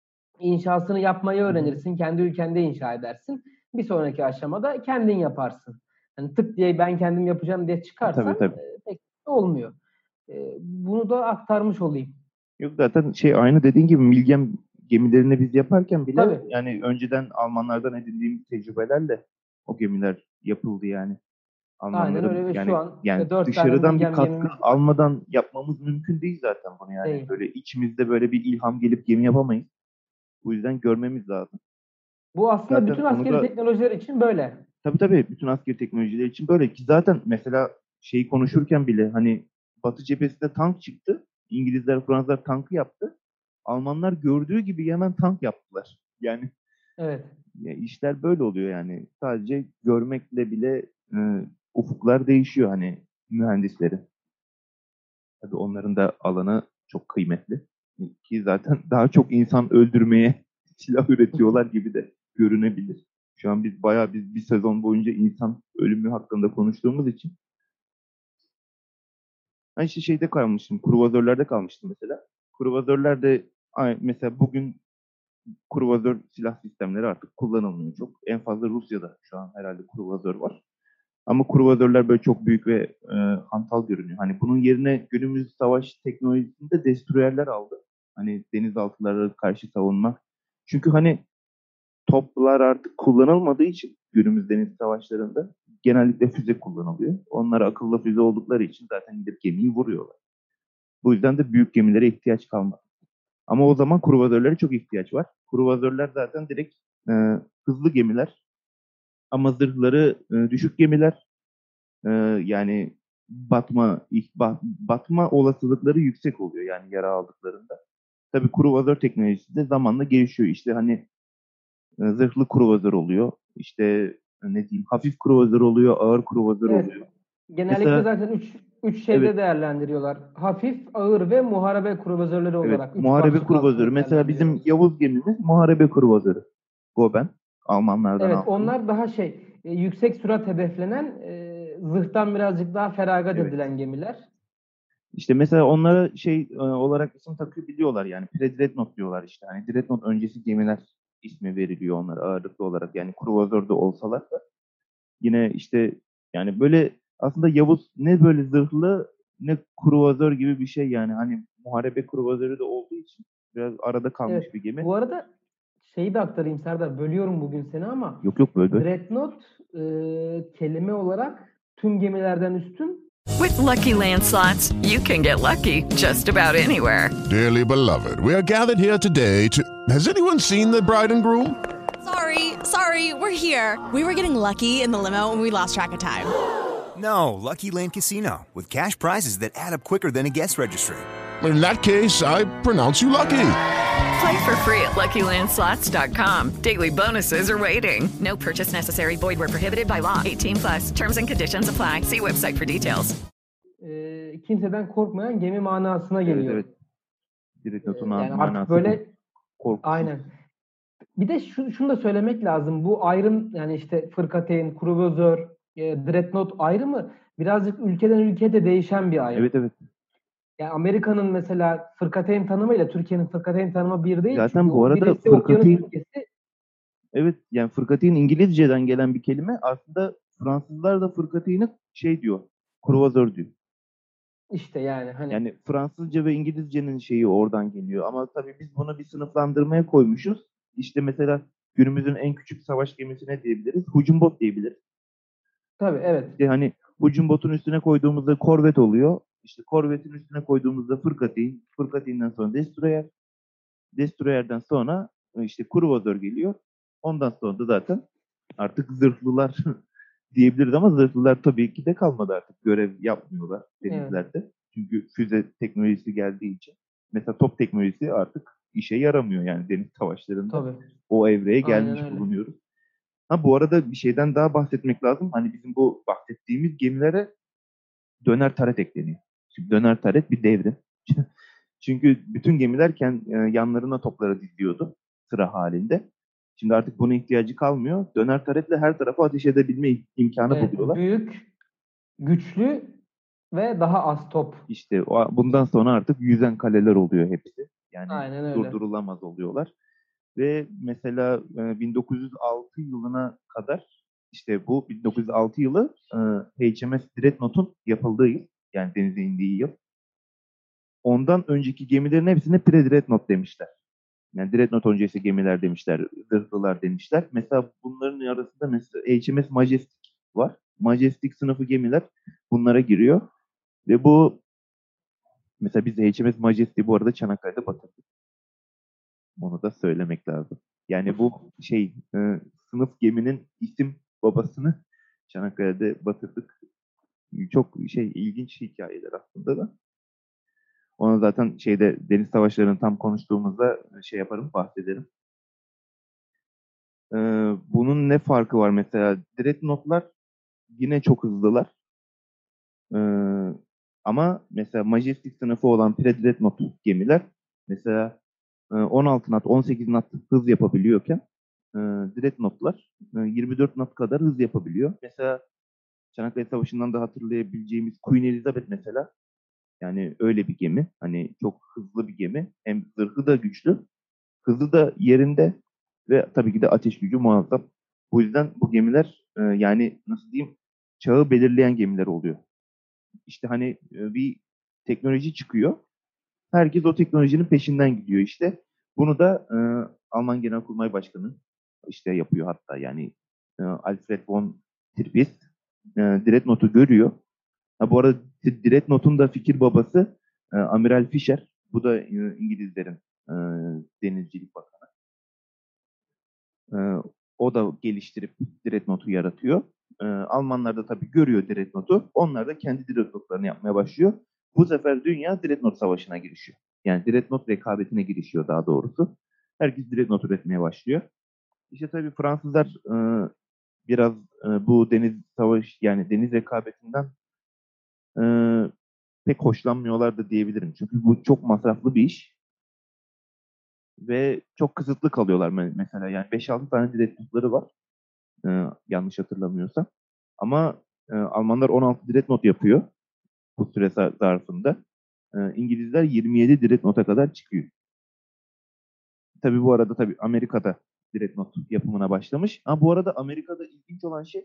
inşasını yapmayı öğrenirsin. Kendi ülkende inşa edersin. Bir sonraki aşamada kendin yaparsın. Yani tık diye ben kendim yapacağım diye çıkarsan Tabii, tabii. e, pek olmuyor. E, bunu da aktarmış olayım. Yok zaten şey aynı dediğin gibi Milgem gemilerini biz yaparken bile Tabii. yani önceden Almanlardan edindiğimiz tecrübelerle o gemiler yapıldı yani. Aynen Almanların öyle ve yani şu an yani işte dört tane dışarıdan bir Milgem katkı gemimiz var. almadan yapmamız mümkün değil zaten bunu yani. Değil. Böyle içimizde böyle bir ilham gelip gemi yapamayız. Bu yüzden görmemiz lazım. Bu aslında Zaten bütün onu askeri da teknolojiler için böyle. tabii tabii bütün askeri teknolojiler için böyle ki zaten mesela şeyi konuşurken bile hani Batı cephesinde tank çıktı. İngilizler, Fransızlar tankı yaptı. Almanlar gördüğü gibi hemen tank yaptılar. Yani Evet. ya işler böyle oluyor yani. Sadece görmekle bile e, ufuklar değişiyor hani mühendisleri. Tabii onların da alanı çok kıymetli. Ki zaten daha çok insan öldürmeye silah üretiyorlar gibi de görünebilir. Şu an biz bayağı biz bir sezon boyunca insan ölümü hakkında konuştuğumuz için. Ben işte şeyde kalmıştım, kruvazörlerde kalmıştım mesela. Kruvazörler de mesela bugün kruvazör silah sistemleri artık kullanılmıyor çok. En fazla Rusya'da şu an herhalde kruvazör var. Ama kruvazörler böyle çok büyük ve e, hantal görünüyor. Hani bunun yerine günümüz savaş teknolojisinde destroyerler aldı. Hani denizaltılara karşı savunma. Çünkü hani toplar artık kullanılmadığı için günümüz deniz savaşlarında genellikle füze kullanılıyor. Onlar akıllı füze oldukları için zaten gidip gemiyi vuruyorlar. Bu yüzden de büyük gemilere ihtiyaç kalmadı. Ama o zaman kruvazörlere çok ihtiyaç var. Kruvazörler zaten direkt e, hızlı gemiler. Ama zırhları e, düşük gemiler. E, yani batma batma olasılıkları yüksek oluyor yani yara aldıklarında. Tabii kruvazör teknolojisi de zamanla gelişiyor. İşte hani e, zırhlı kruvazör oluyor. İşte ne diyeyim hafif kruvazör oluyor, ağır kruvazör Evet. oluyor. Genellikle Mesela, zaten üç üç şeyde evet. değerlendiriyorlar. Hafif, ağır ve muharebe kruvazörleri olarak. Evet, Üç muharebe başlık altında kruvazörü. Mesela bizim değerlendiriyoruz. Yavuz gemimiz muharebe kruvazörü. Goben. Almanlardan Evet, aldığımız. onlar daha şey, e, yüksek sürat hedeflenen, e, zırhtan birazcık daha feragat Evet. edilen gemiler. İşte mesela onlara şey e, olarak isim takıyor biliyorlar yani. Pre-Dreadnought diyorlar işte. Hani Dreadnought öncesi gemiler ismi veriliyor onlara ağırlıklı olarak. Yani kruvazörde olsalar da yine işte yani böyle aslında Yavuz ne böyle zırhlı ne kruvazör gibi bir şey yani. Hani muharebe kruvazörü de olduğu için biraz arada kalmış Evet. bir gemi. Bu arada şeyi de aktarayım Serdar, bölüyorum bugün seni ama Yok yok böyle. Dreadnought e, kelime olarak tüm gemilerden üstün. With Lucky Land Slots, you can get lucky just about anywhere. Dearly beloved, we are gathered here today to... Has anyone seen the bride and groom? Sorry, sorry, we're here. We were getting lucky in the limo and we lost track of time. No, Lucky Land Casino, with cash prizes that add up quicker than a guest registry. In that case, I pronounce you lucky. Play for free at Lucky Land Slots dot com. Daily bonuses are waiting. No purchase necessary. Void where prohibited by law. eighteen plus. Terms and conditions apply. See website for details. E, kimseden korkmayan gemi manasına geliyor. Evet, evet. Dreadnought'un E, yani manası artık böyle bu. Korkusuz. aynen. Bir de şu, şunu da söylemek lazım. Bu ayrım yani işte fırkateyn, kruvazör, e, dreadnought ayrımı birazcık ülkeden ülkeye de değişen bir ayrım. Evet evet. Yani Amerika'nın mesela fırkateyn tanımı ile Türkiye'nin fırkateyn tanımı bir değil. Zaten Çünkü bu arada birisi okyanus fırkateyn- ülkesi. Evet yani fırkateyn İngilizceden gelen bir kelime. Aslında Fransızlar da fırkateyni şey diyor. Kruvazör diyor. İşte yani hani Yani Fransızca ve İngilizcenin şeyi oradan geliyor. Ama tabii biz bunu bir sınıflandırmaya koymuşuz. İşte mesela günümüzün en küçük savaş gemisi ne diyebiliriz? Hücum bot diyebiliriz. tabii evet. İşte hani hücum botun üstüne koyduğumuzda korvet oluyor. İşte korvetin üstüne koyduğumuzda fırkateyn. Fırkateynden sonra destroyer. Destroyer'den sonra işte kruvazör geliyor. Ondan sonra da zaten artık zırhlılar diyebiliriz ama zırhlılar tabii ki de kalmadı artık. Görev yapmıyorlar denizlerde. Evet. Çünkü füze teknolojisi geldiği için. Mesela top teknolojisi artık işe yaramıyor yani deniz savaşlarında. Tabii. O evreye gelmiş Aynen öyle. bulunuyoruz. Ha bu arada bir şeyden daha bahsetmek lazım. Hani bizim bu bahsettiğimiz gemilere döner taret ekleniyor. Şimdi döner taret bir devrim. Çünkü bütün gemiler kendi, yanlarına topları diziyordu sıra halinde. Şimdi artık buna ihtiyacı kalmıyor. Döner taretle her tarafa ateş edebilme imkanı Evet, buluyorlar. büyük, güçlü ve daha az top. İşte o, bundan sonra artık yüzen kaleler oluyor hepsi. Yani Aynen öyle. durdurulamaz oluyorlar. Ve mesela bin dokuz yüz altı yılına kadar işte bu bin dokuz yüz altı yılı H M S Dreadnought'un yapıldığı yıl. Yani denize indiği yıl. Ondan önceki gemilerin hepsine pre-Dreadnought demişler. Yani Dreadnought öncesi gemiler demişler, zırhlılar demişler. Mesela bunların arasında mesela H M S Majestic var. Majestic sınıfı gemiler bunlara giriyor. Ve bu mesela biz H M S Majestic'i bu arada Çanakkale'de batırdık. Onu da söylemek lazım. Yani bu şey e, sınıf geminin isim babasını Çanakkale'de batırdık. Çok şey ilginç hikayeler aslında da. Onu zaten şeyde deniz savaşlarını tam konuştuğumuzda şey yaparım, bahsederim. Ee, bunun ne farkı var mesela? Dreadnought'lar yine çok hızlılar. Ee, ama mesela Majestic sınıfı olan pre-Dreadnought gemiler mesela on altı knot, on sekiz knot hız yapabiliyorken e, Dreadnought'lar yirmi dört knot kadar hız yapabiliyor. Mesela Çanakkale Savaşı'ndan da hatırlayabileceğimiz Queen Elizabeth mesela yani öyle bir gemi. Hani çok hızlı bir gemi. Hem zırhı da güçlü. Hızı da yerinde ve tabii ki de ateş gücü muazzam. Bu yüzden bu gemiler e, yani nasıl diyeyim çağı belirleyen gemiler oluyor. İşte hani e, bir teknoloji çıkıyor. Herkes o teknolojinin peşinden gidiyor işte. Bunu da e, Alman Genelkurmay Başkanı işte yapıyor hatta yani e, Alfred von Tirpitz e, Dreadnought'u görüyor. Ha, bu arada Dreadnought'un da fikir babası e, Amiral Fisher. Bu da e, İngilizlerin e, denizcilik bakanı. E, o da geliştirip Dreadnought'u yaratıyor. E, Almanlar da tabii görüyor Dreadnought'u. Onlar da kendi Dreadnought'larını yapmaya başlıyor. Bu sefer dünya Dreadnought Savaşı'na girişiyor. Yani Dreadnought rekabetine girişiyor daha doğrusu. Herkes Dreadnought üretmeye başlıyor. İşte tabii Fransızlar e, biraz e, bu deniz savaş yani deniz rekabetinden e, pek hoşlanmıyorlar da diyebilirim. Çünkü bu çok masraflı bir iş. Ve çok kısıtlı kalıyorlar mesela. Yani beş altı tane Dreadnought'ları var. E, yanlış hatırlamıyorsam. Ama e, Almanlar on altı Dreadnought yapıyor bu süre zarfında. E, İngilizler yirmi yedi Dreadnought'a kadar çıkıyor. Tabii bu arada tabii Amerika'da Dreadnought yapımına başlamış. Ama bu arada Amerika'da ilginç olan şey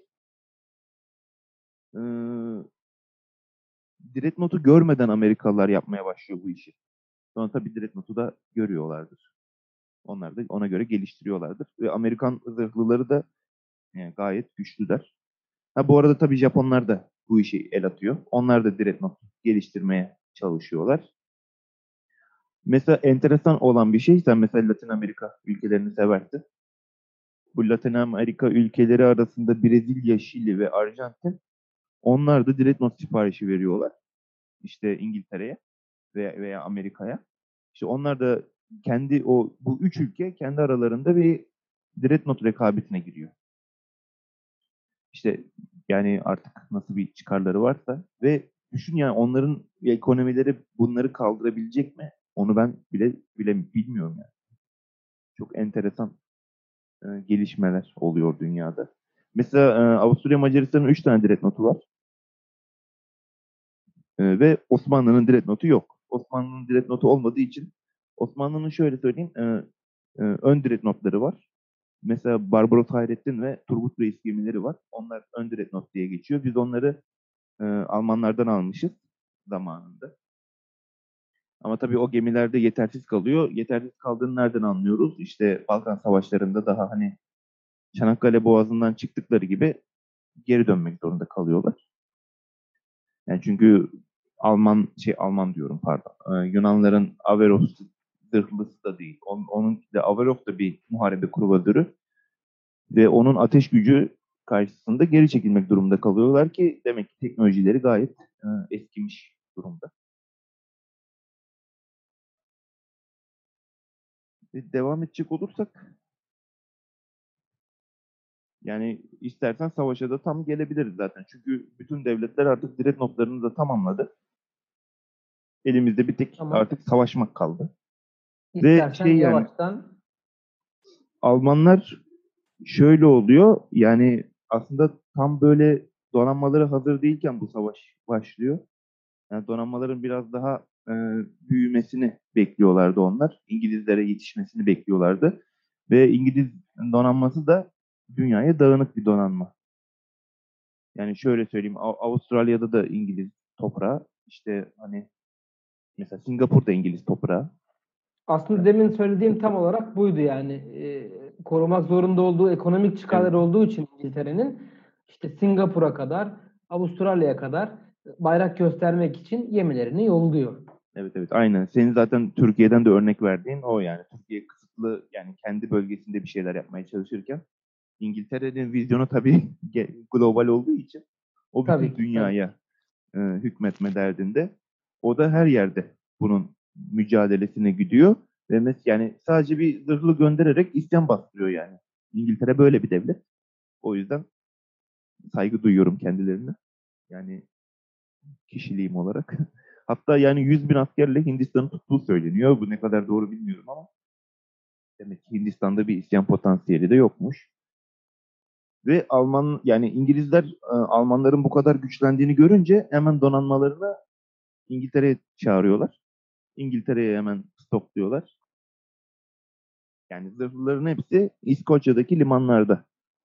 e, Dreadnought'u görmeden Amerikalılar yapmaya başlıyor bu işi. Sonra tabii Dreadnought'u da görüyorlardır. Onlar da ona göre geliştiriyorlardır. Ve Amerikan zırhlıları da yani gayet güçlüler. Ha bu arada tabii Japonlar da bu işi el atıyor. Onlar da Dreadnought geliştirmeye çalışıyorlar. Mesela enteresan olan bir şey, sen mesela Latin Amerika ülkelerini seversin. Bu Latin Amerika ülkeleri arasında Brezilya, Şili ve Arjantin onlar da Dreadnought siparişi veriyorlar. İşte İngiltere'ye veya, veya Amerika'ya. İşte onlar da kendi o bu üç ülke kendi aralarında bir Dreadnought rekabetine giriyor. İşte yani artık nasıl bir çıkarları varsa ve düşün yani onların ekonomileri bunları kaldırabilecek mi? Onu ben bile bile bilmiyorum yani. Çok enteresan e, gelişmeler oluyor dünyada. Mesela e, Avusturya Macaristan'ın üç tane Dreadnought'u var. E, ve Osmanlı'nın Dreadnought'u yok. Osmanlı'nın Dreadnought'u olmadığı için Osmanlı'nın şöyle söyleyeyim e, e, ön Dreadnought'ları var. Mesela Barbaros Hayrettin ve Turgut Reis gemileri var. Onlar ön Dreadnought diye geçiyor. Biz onları e, Almanlardan almışız zamanında. Ama tabii o gemilerde yetersiz kalıyor. Yetersiz kaldığını nereden anlıyoruz? İşte Balkan Savaşları'nda daha hani Çanakkale Boğazı'ndan çıktıkları gibi geri dönmek zorunda kalıyorlar. Yani çünkü Alman şey Alman diyorum pardon. Ee, Yunanların Averos zırhlısı da değil. Onun, onun de Averos da bir muharebe kruvazörü ve onun ateş gücü karşısında geri çekilmek durumunda kalıyorlar ki demek ki teknolojileri gayet e, eskimiş durumda. Ve devam edecek olursak yani istersen savaşa da tam gelebiliriz zaten. Çünkü bütün devletler artık Dreadnought'larını da tamamladı. Elimizde bir tek Tamam. artık savaşmak kaldı. İstersen Ve şey yani yavaştan Almanlar şöyle oluyor. Yani aslında tam böyle donanmaları hazır değilken bu savaş başlıyor. Yani donanmaların biraz daha e, büyümesini bekliyorlardı onlar. İngilizlere yetişmesini bekliyorlardı. Ve İngiliz donanması da dünyaya dağınık bir donanma. Yani şöyle söyleyeyim, Avustralya'da da İngiliz toprağı, işte hani mesela Singapur'da İngiliz toprağı. aslında demin söylediğim tam olarak buydu yani. Ee, korumak zorunda olduğu ekonomik çıkarları Evet. olduğu için İngiltere'nin işte Singapur'a kadar, Avustralya'ya kadar bayrak göstermek için gemilerini yolluyor. Evet evet aynen. Senin zaten Türkiye'den de örnek verdiğin o yani. Türkiye kısıtlı yani kendi bölgesinde bir şeyler yapmaya çalışırken İngiltere'nin vizyonu tabii global olduğu için o bütün Tabii ki, dünyaya e, hükmetme derdinde. O da her yerde bunun mücadelesine gidiyor ve mes yani sadece bir zırhlı göndererek isyan bastırıyor yani. İngiltere böyle bir devlet. O yüzden saygı duyuyorum kendilerine. Yani kişiliğim olarak. Hatta yani yüz bin askerle Hindistan'ı tuttuğu söyleniyor. Bu ne kadar doğru bilmiyorum ama demek ki Hindistan'da bir isyan potansiyeli de yokmuş. Ve Alman yani İngilizler e, Almanların bu kadar güçlendiğini görünce hemen donanmalarını İngiltere'ye çağırıyorlar. İngiltere'ye hemen stokluyorlar. Yani zırhlıların hepsi İskoçya'daki limanlarda.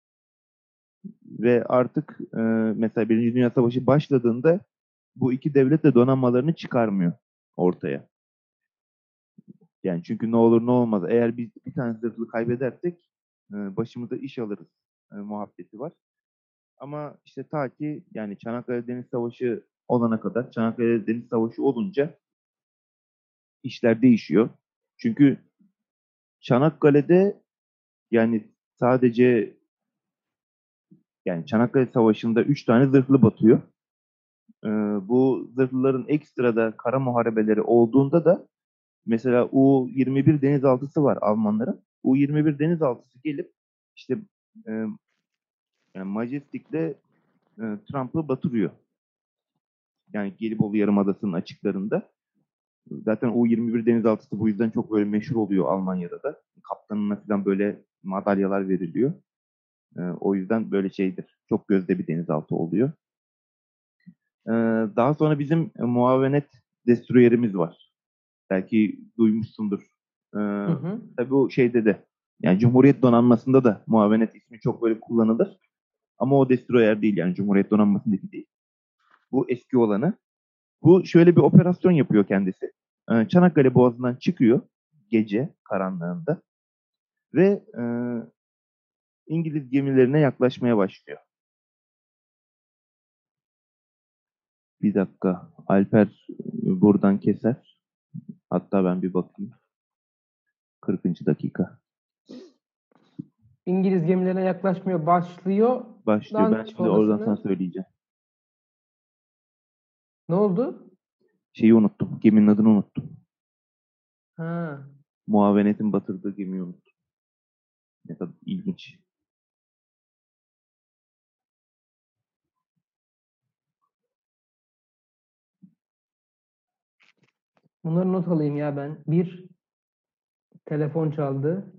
Ve artık e, mesela Birinci Dünya Savaşı başladığında bu iki devlet de donanmalarını çıkarmıyor ortaya. Yani çünkü ne olur ne olmaz. Eğer biz bir tane zırhlı kaybedersek e, başımıza iş alırız e, muhabbeti var. Ama işte ta ki yani Çanakkale Deniz Savaşı olana kadar, Çanakkale Deniz Savaşı olunca işler değişiyor. Çünkü Çanakkale'de yani sadece yani Çanakkale Savaşı'nda üç tane zırhlı batıyor. Ee, bu zırhlıların ekstrada kara muharebeleri olduğunda da mesela U yirmi bir denizaltısı var Almanların. U yirmi bir denizaltısı gelip işte e, yani Majestic'le e, Trump'ı batırıyor. Yani Gelibolu Yarımadası'nın açıklarında. Zaten U yirmi bir denizaltısı bu yüzden çok böyle meşhur oluyor Almanya'da da. Kaptanına falan böyle madalyalar veriliyor. E, o yüzden böyle şeydir. Çok gözde bir denizaltı oluyor. E, daha sonra bizim e, muavenet destroyerimiz var. Belki duymuşsundur. E, Hı hı. tabii o şeyde de yani Cumhuriyet Donanması'nda da muavenet ismi çok böyle kullanılır. Ama o destroyer değil yani Cumhuriyet Donanması'ndaki değil. Bu eski olanı. Bu şöyle bir operasyon yapıyor kendisi. E, Çanakkale Boğazı'ndan çıkıyor gece karanlığında ve e, İngiliz gemilerine yaklaşmaya başlıyor. Bir dakika. Alper e, buradan keser. Hatta ben bir bakayım. kırkıncı dakika. İngiliz gemilerine yaklaşmıyor, başlıyor. Başlıyor. Ben Dan şimdi oradan sana sonrasını söyleyeceğim. ne oldu? Şeyi unuttum. Geminin adını unuttum. Ha. Muavenetin batırdığı gemiyi unuttum. Ne kadar ilginç. Bunları not alayım ya ben. Bir, telefon çaldı.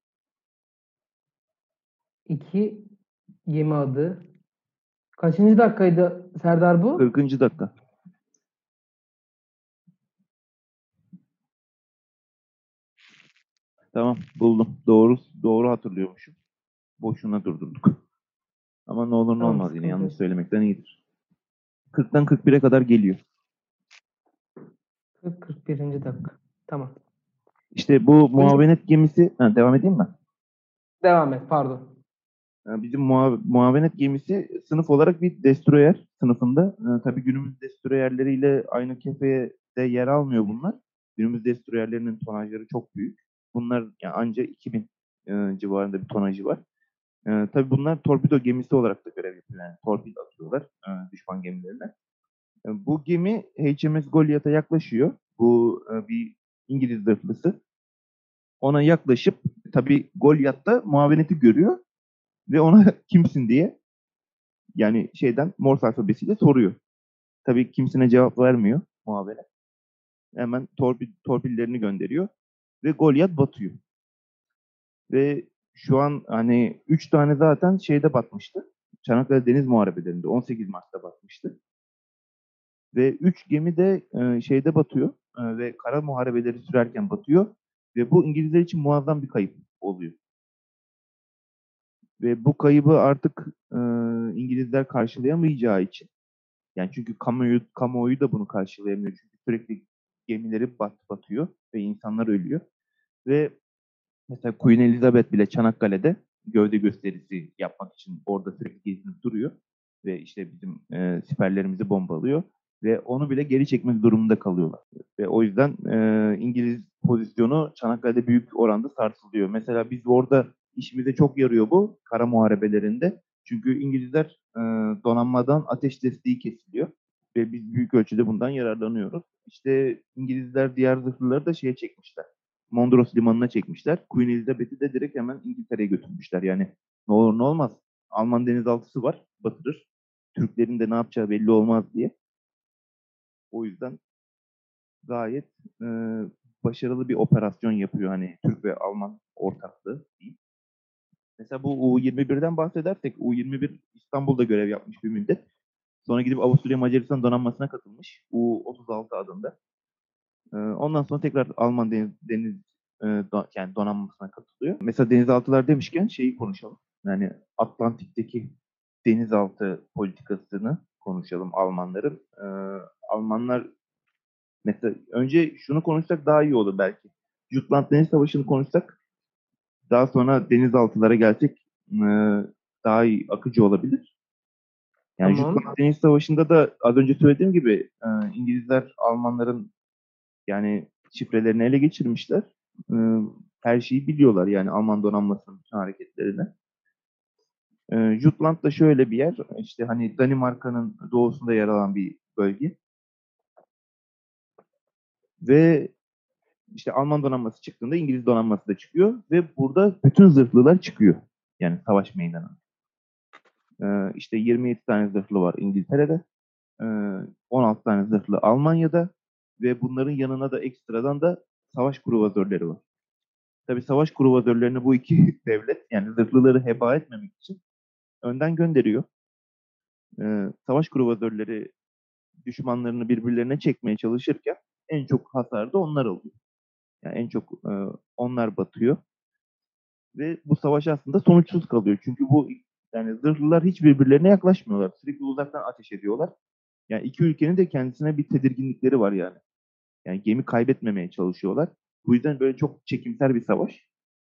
İki, gemi adı. Kaçıncı dakikaydı Serdar bu? kırkıncı dakika. Tamam buldum. Doğru doğru hatırlıyormuşum. Boşuna durdurduk. Ama ne olur ne Tamam, olmaz yine sıkıntı yanlış yok. söylemekten iyidir. kırktan kırk bire kadar geliyor. kırk kırk birinci dakika. Tamam. İşte bu muavenet gemisi... Ha, devam edeyim mi? Devam et, pardon. Yani bizim muav- muavenet gemisi sınıf olarak bir destroyer sınıfında. Ee, tabii günümüz destroyerleriyle aynı kefeye de yer almıyor bunlar. Günümüz destroyerlerinin tonajları çok büyük. Bunlar yani ancak iki bin e, civarında bir tonajı var. E, tabii bunlar torpido gemisi olarak da görev yapıyor. Yani torpil atıyorlar e, düşman gemilerine. E, bu gemi H M S Goliath'a yaklaşıyor. Bu e, bir İngiliz zırhlısı. Ona yaklaşıp tabii Goliath da muaveneti görüyor ve ona kimsin diye yani şeyden Morse alfabesiyle soruyor. Tabii kimsine cevap vermiyor muhaberat. Hemen torpil, torpillerini gönderiyor ve Goliath batıyor. Ve şu an hani üç tane zaten şeyde batmıştı. Çanakkale Deniz Muharebelerinde on sekiz Mart'ta batmıştı. Ve üç gemi de e, şeyde batıyor e, ve kara muharebeleri sürerken batıyor. Ve bu İngilizler için muazzam bir kayıp oluyor. Ve bu kaybı artık e, İngilizler karşılayamayacağı için yani çünkü kamuoyu, kamuoyu da bunu karşılayamıyor. Çünkü sürekli gemileri bat, batıyor ve insanlar ölüyor. Ve mesela Queen Elizabeth bile Çanakkale'de gövde gösterisi yapmak için orada sürekli gezinip duruyor. Ve işte bizim e, siperlerimizi bombalıyor. Ve onu bile geri çekmek durumunda kalıyorlar. Ve o yüzden e, İngiliz pozisyonu Çanakkale'de büyük oranda sarsılıyor. Mesela biz orada işimize çok yarıyor bu kara muharebelerinde. Çünkü İngilizler e, donanmadan ateş desteği kesiliyor. Ve biz büyük ölçüde bundan yararlanıyoruz. İşte İngilizler diğer zırhlıları da şeye çekmişler. Mondros limanına çekmişler. Queen Elizabeth'i de direkt hemen İngiltere'ye götürmüşler. Yani ne olur ne olmaz. Alman denizaltısı var, batırır. Türklerin de ne yapacağı belli olmaz diye. O yüzden gayet e, başarılı bir operasyon yapıyor hani Türk ve Alman ortaklığı diyeyim. Mesela bu U yirmi birden bahsedersek U yirmi bir İstanbul'da görev yapmış bir müddet. Sonra gidip Avusturya Macaristan donanmasına katılmış U otuz altı adında. E, ondan sonra tekrar Alman deniz, deniz e, do- yani donanmasına katılıyor. Mesela denizaltılar demişken şeyi konuşalım. Yani Atlantik'teki denizaltı politikasını konuşalım Almanların. E, Almanlar mesela önce şunu konuşsak daha iyi olur belki. Jutland Deniz Savaşı'nı konuşsak daha sonra denizaltılara gelsek e, daha iyi akıcı olabilir. Yani Tamam. Jutland Deniz Savaşı'nda da az önce söylediğim gibi e, İngilizler Almanların yani şifrelerini ele geçirmişler. E, her şeyi biliyorlar yani Alman donanmasının hareketlerini. E, Jutland da şöyle bir yer. İşte hani Danimarka'nın doğusunda yer alan bir bölge. Ve işte Alman donanması çıktığında İngiliz donanması da çıkıyor ve burada bütün zırhlılar çıkıyor. Yani savaş meydanına. Ee, işte yirmi yedi tane zırhlı var İngiltere'de. Ee, on altı tane zırhlı Almanya'da ve bunların yanına da ekstradan da savaş kruvazörleri var. Tabii savaş kruvazörlerini bu iki devlet yani zırhlıları heba etmemek için önden gönderiyor. Ee, savaş kruvazörleri düşmanlarını birbirlerine çekmeye çalışırken en çok hasar da onlar alıyor. Yani en çok e, onlar batıyor. Ve bu savaş aslında sonuçsuz kalıyor. Çünkü bu yani zırhlılar hiç birbirlerine yaklaşmıyorlar. Sürekli uzaktan ateş ediyorlar. Yani iki ülkenin de kendisine bir tedirginlikleri var yani. Yani gemi kaybetmemeye çalışıyorlar. Bu yüzden böyle çok çekimser bir savaş.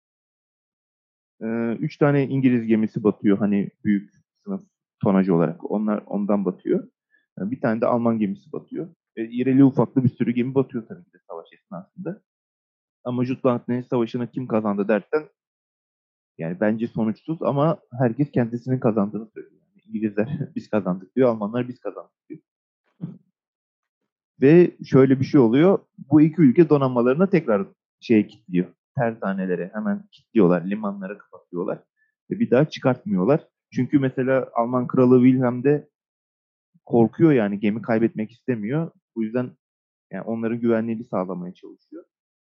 Ee, üç tane İngiliz gemisi batıyor hani büyük sınıf tonajı olarak. Onlar ondan batıyor. Yani bir tane de Alman gemisi batıyor. E, irili ufaklı bir sürü gemi batıyor tabii ki de savaş esnasında. Ama Jutland Deniz Savaşı'nı kim kazandı dersen yani bence sonuçsuz ama herkes kendisinin kazandığını söylüyor. Yani İngilizler biz kazandık diyor, Almanlar biz kazandık diyor. Ve şöyle bir şey oluyor. Bu iki ülke donanmalarına tekrar şeye kilitliyor. Tersanelere hemen kilitliyorlar, limanlara kapatıyorlar. Ve bir daha çıkartmıyorlar. Çünkü mesela Alman Kralı Wilhelm de korkuyor yani gemi kaybetmek istemiyor. Bu yüzden yani onların güvenliğini sağlamaya çalışıyor.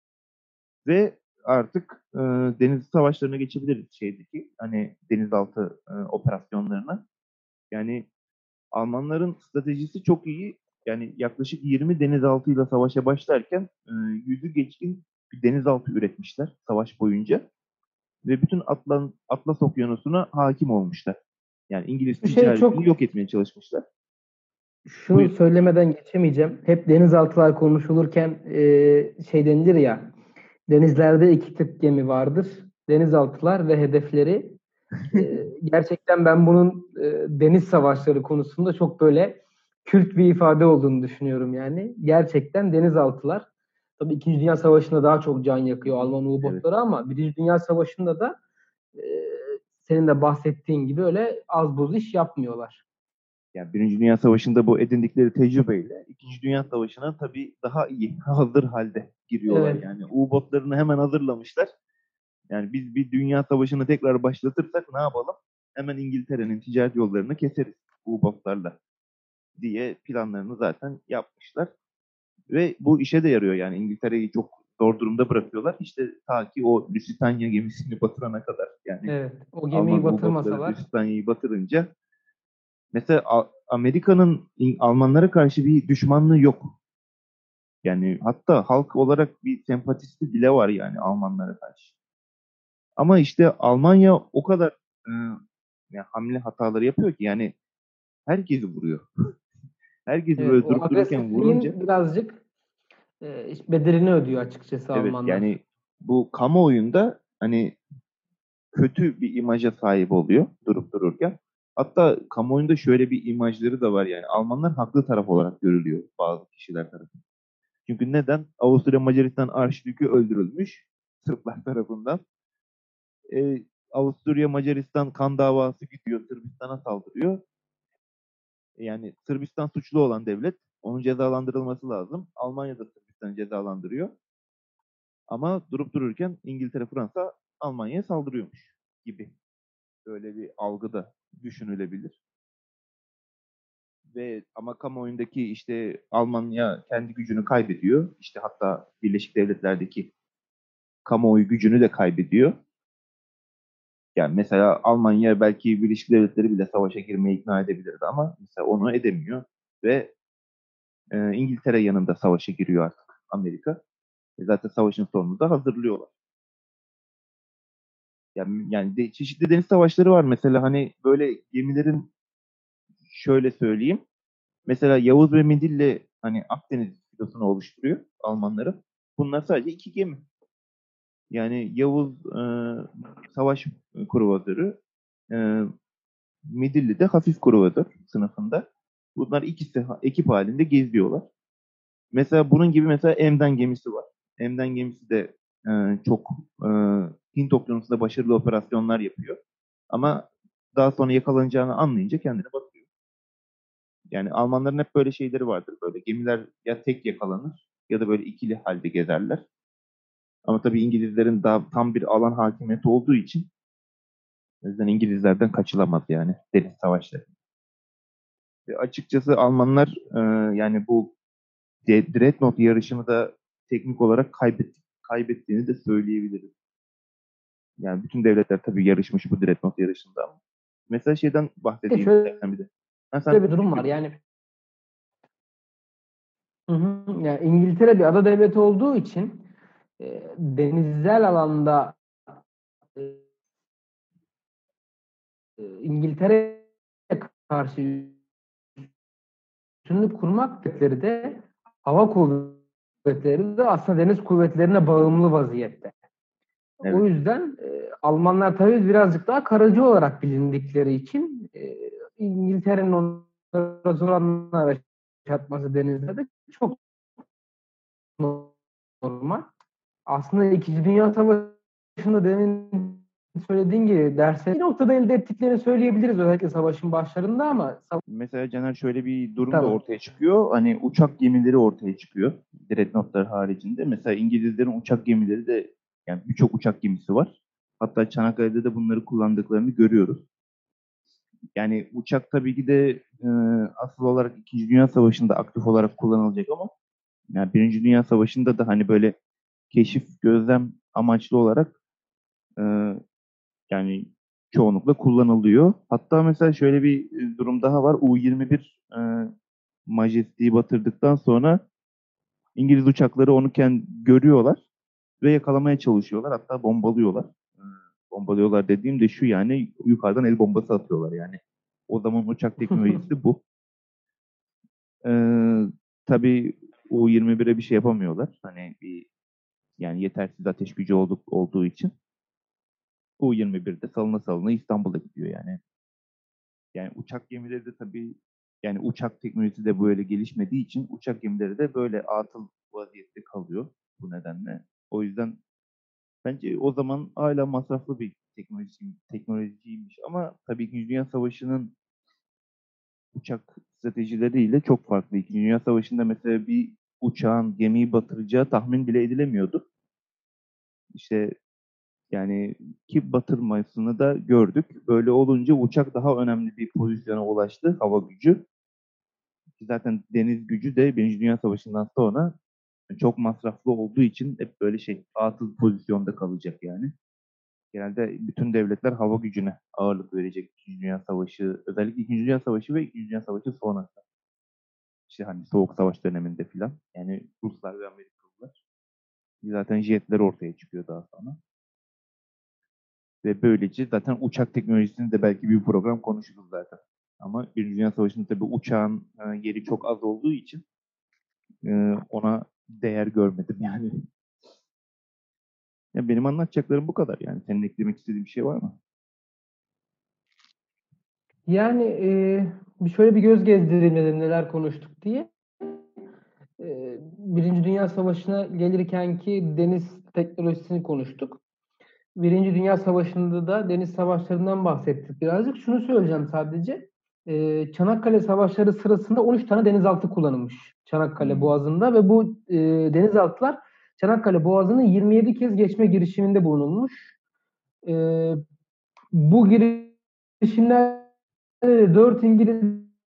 Ve artık e, deniz savaşlarına geçebiliriz şeydeki hani denizaltı e, operasyonlarına. Yani Almanların stratejisi çok iyi. Yani yaklaşık yirmi denizaltıyla savaşa başlarken e, yüzü geçkin bir denizaltı üretmişler savaş boyunca. Ve bütün Atlan, Atlas Okyanusu'na hakim olmuşlar. Yani İngiliz Bir şey ticaretini çok yok etmeye çalışmışlar. şunu Buyur. söylemeden geçemeyeceğim. Hep denizaltılar konuşulurken e, şey denilir ya, denizlerde iki tip gemi vardır. Denizaltılar ve hedefleri. E, gerçekten ben bunun e, deniz savaşları konusunda çok böyle kült bir ifade olduğunu düşünüyorum yani. Gerçekten denizaltılar. Tabii İkinci Dünya Savaşı'nda daha çok can yakıyor Alman U-botları Evet. ama Birinci Dünya Savaşı'nda da e, senin de bahsettiğin gibi öyle az buz iş yapmıyorlar. Yani Birinci Dünya Savaşı'nda bu edindikleri tecrübeyle İkinci Dünya Savaşı'na tabii daha iyi, hazır halde giriyorlar. Evet. Yani U-botlarını hemen hazırlamışlar. Yani biz bir dünya savaşını tekrar başlatırsak ne yapalım? Hemen İngiltere'nin ticaret yollarını keseriz U-botlarla diye planlarını zaten yapmışlar. Ve bu işe de yarıyor yani İngiltere'yi çok zor durumda bırakıyorlar. İşte ta ki o Lusitania gemisini batırana kadar. Yani Evet. O gemiyi Alman U-botları batırmasalar. Lusitania'yı batırınca mesela Amerika'nın Almanlara karşı bir düşmanlığı yok. Yani hatta halk olarak bir sempatisi bile var yani Almanlara karşı. Ama işte Almanya o kadar e, yani hamle hataları yapıyor ki yani herkesi vuruyor. Herkesi Evet, böyle o durup dururken vurunca agresifliğin birazcık e, bedelini ödüyor açıkçası evet Almanlar. yani bu kamuoyunda hani kötü bir imaja sahip oluyor durup dururken. Hatta kamuoyunda şöyle bir imajları da var yani Almanlar haklı taraf olarak görülüyor bazı kişiler tarafından. Çünkü neden? Avusturya Macaristan Arşidükü öldürülmüş Sırplar tarafından. Ee, Avusturya Macaristan kan davası gidiyor, Sırbistan'a saldırıyor. Yani Sırbistan suçlu olan devlet, onun cezalandırılması lazım. Almanya da Sırbistan'ı cezalandırıyor. Ama durup dururken İngiltere, Fransa Almanya'ya saldırıyormuş gibi. Böyle bir algı da düşünülebilir. Ve ama kamuoyundaki işte Almanya kendi gücünü kaybediyor. İşte hatta Birleşik Devletler'deki kamuoyu gücünü de kaybediyor. Yani mesela Almanya belki Birleşik Devletleri bile savaşa girmeye ikna edebilirdi ama mesela onu edemiyor ve e, İngiltere yanında savaşa giriyor artık Amerika. E zaten savaşın sonunu da hazırlıyorlar. Yani, yani de, çeşitli deniz savaşları var. Mesela hani böyle gemilerin şöyle söyleyeyim. Mesela Yavuz ve Midilli hani Akdeniz filosunu oluşturuyor Almanların. Bunlar sadece iki gemi. Yani Yavuz e, savaş kruvazörü, e, Midilli de hafif kruvazör sınıfında. Bunlar ikisi ha- ekip halinde geziyorlar. Mesela bunun gibi mesela Emden gemisi var. Emden gemisi de e, çok e, Hint Okyanusu'nda başarılı operasyonlar yapıyor. Ama daha sonra yakalanacağını anlayınca kendini batırıyor. Yani Almanların hep böyle şeyleri vardır. Böyle gemiler ya tek yakalanır ya da böyle ikili halde gezerler. Ama tabii İngilizlerin daha tam bir alan hakimiyeti olduğu için o yüzden İngilizlerden kaçılamaz yani deniz savaşları. Ve açıkçası Almanlar e, yani bu De- Dreadnought yarışını da teknik olarak kaybet, kaybettiğini de söyleyebiliriz. Yani bütün devletler tabii yarışmış bu Dreadnought yarışında ama. Mesela şeyden Bir de bahsedeyim şöyle istersen bir de. Ha, sen bir durum var. bitir. Yani hı hı, yani İngiltere bir ada devleti olduğu için e, denizsel alanda e, e, İngiltere'ye karşı üstünlük kurmak kuvvetleri de hava kuvvetleri de aslında deniz kuvvetlerine bağımlı vaziyette. O Evet. yüzden e, Almanlar tabii birazcık daha karacı olarak bilindikleri için e, İngiltere'nin onlara zoranlar yaşatması denizde de çok normal. Aslında İkinci Dünya Savaşı'nda demin söylediğin gibi dersleri bir noktada elde ettiklerini söyleyebiliriz özellikle savaşın başlarında ama Mesela Caner şöyle bir durum da tabii. ortaya çıkıyor. Hani uçak gemileri ortaya çıkıyor. Dreadnought'lar haricinde. Mesela İngilizlerin uçak gemileri de yani birçok uçak gemisi var. Hatta Çanakkale'de de bunları kullandıklarını görüyoruz. Yani uçak tabii ki de e, asıl olarak İkinci Dünya Savaşı'nda aktif olarak kullanılacak ama yani Birinci Dünya Savaşı'nda da hani böyle keşif, gözlem amaçlı olarak e, yani çoğunlukla kullanılıyor. Hatta mesela şöyle bir e, durum daha var. U yirmi bir e, Majesty'yi batırdıktan sonra İngiliz uçakları onu kend görüyorlar ve yakalamaya çalışıyorlar. Hatta bombalıyorlar. E, bombalıyorlar dediğim de şu yani yukarıdan el bombası atıyorlar yani. O zaman uçak teknolojisi bu. E, tabii U yirmi bire bir şey yapamıyorlar. Hani bir yani yetersiz ateş gücü olduk, olduğu için. U yirmi birde salına salına İstanbul'a gidiyor yani. Yani uçak gemileri de tabii yani uçak teknolojisi de böyle gelişmediği için uçak gemileri de böyle atıl vaziyette kalıyor bu nedenle. O yüzden bence o zaman hala masraflı bir teknoloji, teknolojiymiş ama tabii İkinci Dünya Savaşı'nın uçak stratejileriyle çok farklı. İkinci Dünya Savaşı'nda mesela bir uçağın gemiyi batıracağı tahmin bile edilemiyordu. İşte yani ki batırmasını da gördük. Böyle olunca uçak daha önemli bir pozisyona ulaştı, hava gücü. Zaten deniz gücü de Birinci Dünya Savaşı'ndan sonra çok masraflı olduğu için hep böyle şey atıl pozisyonda kalacak yani. Genelde bütün devletler hava gücüne ağırlık verecek İkinci Dünya Savaşı, özellikle İkinci Dünya Savaşı ve İkinci Dünya Savaşı sonrası. İşte hani Soğuk Savaş döneminde filan. Yani Ruslar ve Amerikalılar. Zaten jetler ortaya çıkıyor daha sonra. Ve böylece zaten uçak teknolojisini de belki bir program konuşuruz zaten. Ama Birinci Dünya Savaşı'nda tabii uçağın e, yeri çok az olduğu için e, ona değer görmedim yani. Ya benim anlatacaklarım bu kadar yani. Senin eklemek istediğin bir şey var mı? Yani e, bir şöyle bir göz gezdireyim dedim neler konuştuk diye. E, Birinci Dünya Savaşı'na gelirken ki deniz teknolojisini konuştuk. Birinci Dünya Savaşı'nda da deniz savaşlarından bahsettik birazcık. Şunu söyleyeceğim sadece. E, Çanakkale Savaşları sırasında on üç tane denizaltı kullanılmış Çanakkale Hmm. Boğazı'nda ve bu e, denizaltılar Çanakkale Boğazı'nı yirmi yedi kez geçme girişiminde bulunulmuş. E, bu girişimlerde dört İngiliz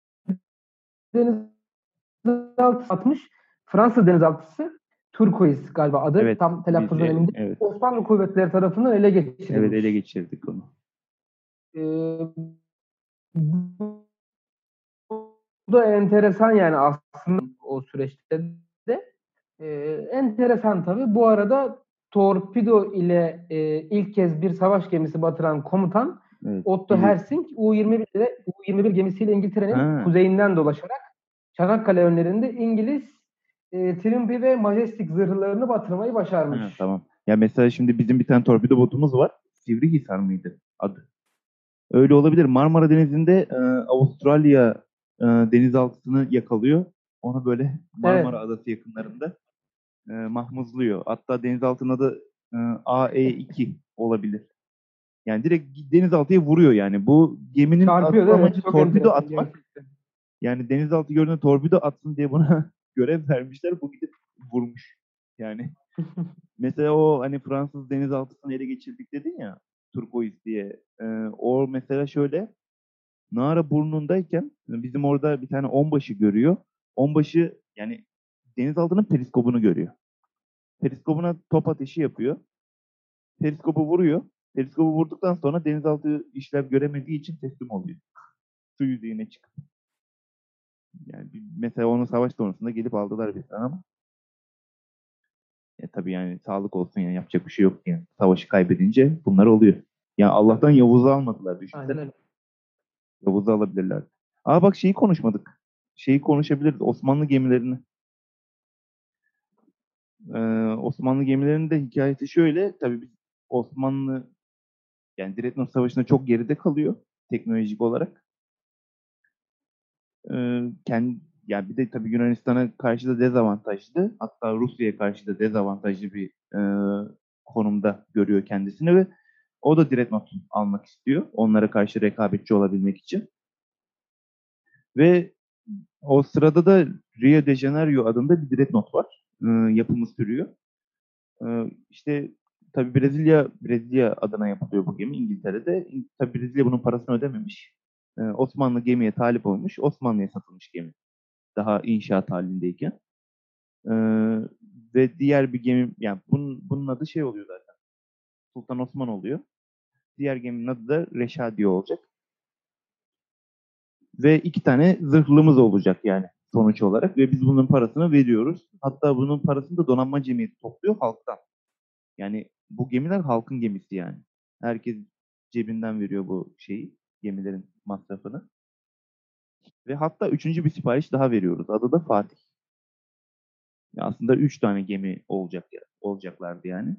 denizaltı atmış. Fransız denizaltısı Turquoise galiba adı. Evet, Tam biz telaffuzdan e, emin değilim. evet. Osmanlı kuvvetleri tarafından ele Evet ele geçirilmiş. geçirdik onu. Ee, bu da enteresan yani aslında o süreçte de. E, enteresan tabii. Bu arada torpido ile e, ilk kez bir savaş gemisi batıran komutan Evet. Otto Bizi- Hersing U yirmi bir ile U yirmi bir gemisiyle İngiltere'nin Ha. kuzeyinden dolaşarak Çanakkale önlerinde İngiliz e, Trimby ve Majestic zırhlarını batırmayı başarmış. Ha, tamam. Ya mesela şimdi bizim bir tane torpido botumuz var. Sivrihisar mıydı adı? Öyle olabilir. Marmara Denizi'nde e, Avustralya e, denizaltısını yakalıyor. Onu böyle Marmara Evet. Adası yakınlarında e, mahmuzluyor. Hatta denizaltının adı e, A E iki olabilir. Yani direkt denizaltıya vuruyor yani. Bu geminin Çarpıyor asıl değil mi? amacı Çok torpido enteresan atmak. gerçekten. Yani denizaltı gördüğünde torpido atsın diye buna görev vermişler. Bu gidip vurmuş. Yani mesela o hani Fransız denizaltısını ele geçirdik dedin ya, Turquoise diye. Ee, o mesela şöyle, Nara burnundayken bizim orada bir tane onbaşı görüyor. Onbaşı yani denizaltının periskopunu görüyor. Periskopuna top ateşi yapıyor. Periskopu vuruyor. Periskopu vurduktan sonra denizaltı işlev göremediği için teslim oluyor. Su yüzeyine çıkıp. Yani bir- mesela onu savaş sonrasında gelip aldılar bizden ama e, tabii yani sağlık olsun yani yapacak bir şey yok yani. Savaşı kaybedince bunlar oluyor. Yani Allah'tan Yavuz'u almadılar Aynen düşünsene. öyle. Yavuz'u alabilirler. Aa bak şeyi konuşmadık. Şeyi konuşabiliriz. Osmanlı gemilerini. Ee, Osmanlı gemilerinin de hikayesi şöyle. Tabii biz Osmanlı yani Dreadnought Savaşı'nda çok geride kalıyor teknolojik olarak. Ee, kendi, yani bir de tabii Yunanistan'a karşı da dezavantajlı. Hatta Rusya'ya karşı da dezavantajlı bir e, konumda görüyor kendisini ve o da Dreadnought almak istiyor. Onlara karşı rekabetçi olabilmek için. Ve o sırada da Rio de Janeiro adında bir Dreadnought var. Ee, yapımı sürüyor. Ee, işte tabii Brezilya Brezilya adına yapılıyor bu gemi İngiltere'de. Tabii Brezilya bunun parasını ödememiş. Ee, Osmanlı gemiye talip olmuş. Osmanlı'ya satılmış gemi. Daha inşaat halindeyken. Ee, ve diğer bir gemi, yani bunun, bunun adı şey oluyor zaten. Sultan Osman oluyor. Diğer geminin adı da Reşadiye olacak. Ve iki tane zırhlımız olacak yani sonuç olarak. Ve biz bunun parasını veriyoruz. Hatta bunun parasını da donanma cemiyeti topluyor halktan. Yani bu gemiler halkın gemisi yani. Herkes cebinden veriyor bu şeyi, gemilerin masrafını. Ve hatta üçüncü bir sipariş daha veriyoruz. Adı da Fatih. Ya aslında üç tane gemi olacak ya, olacaklardı yani.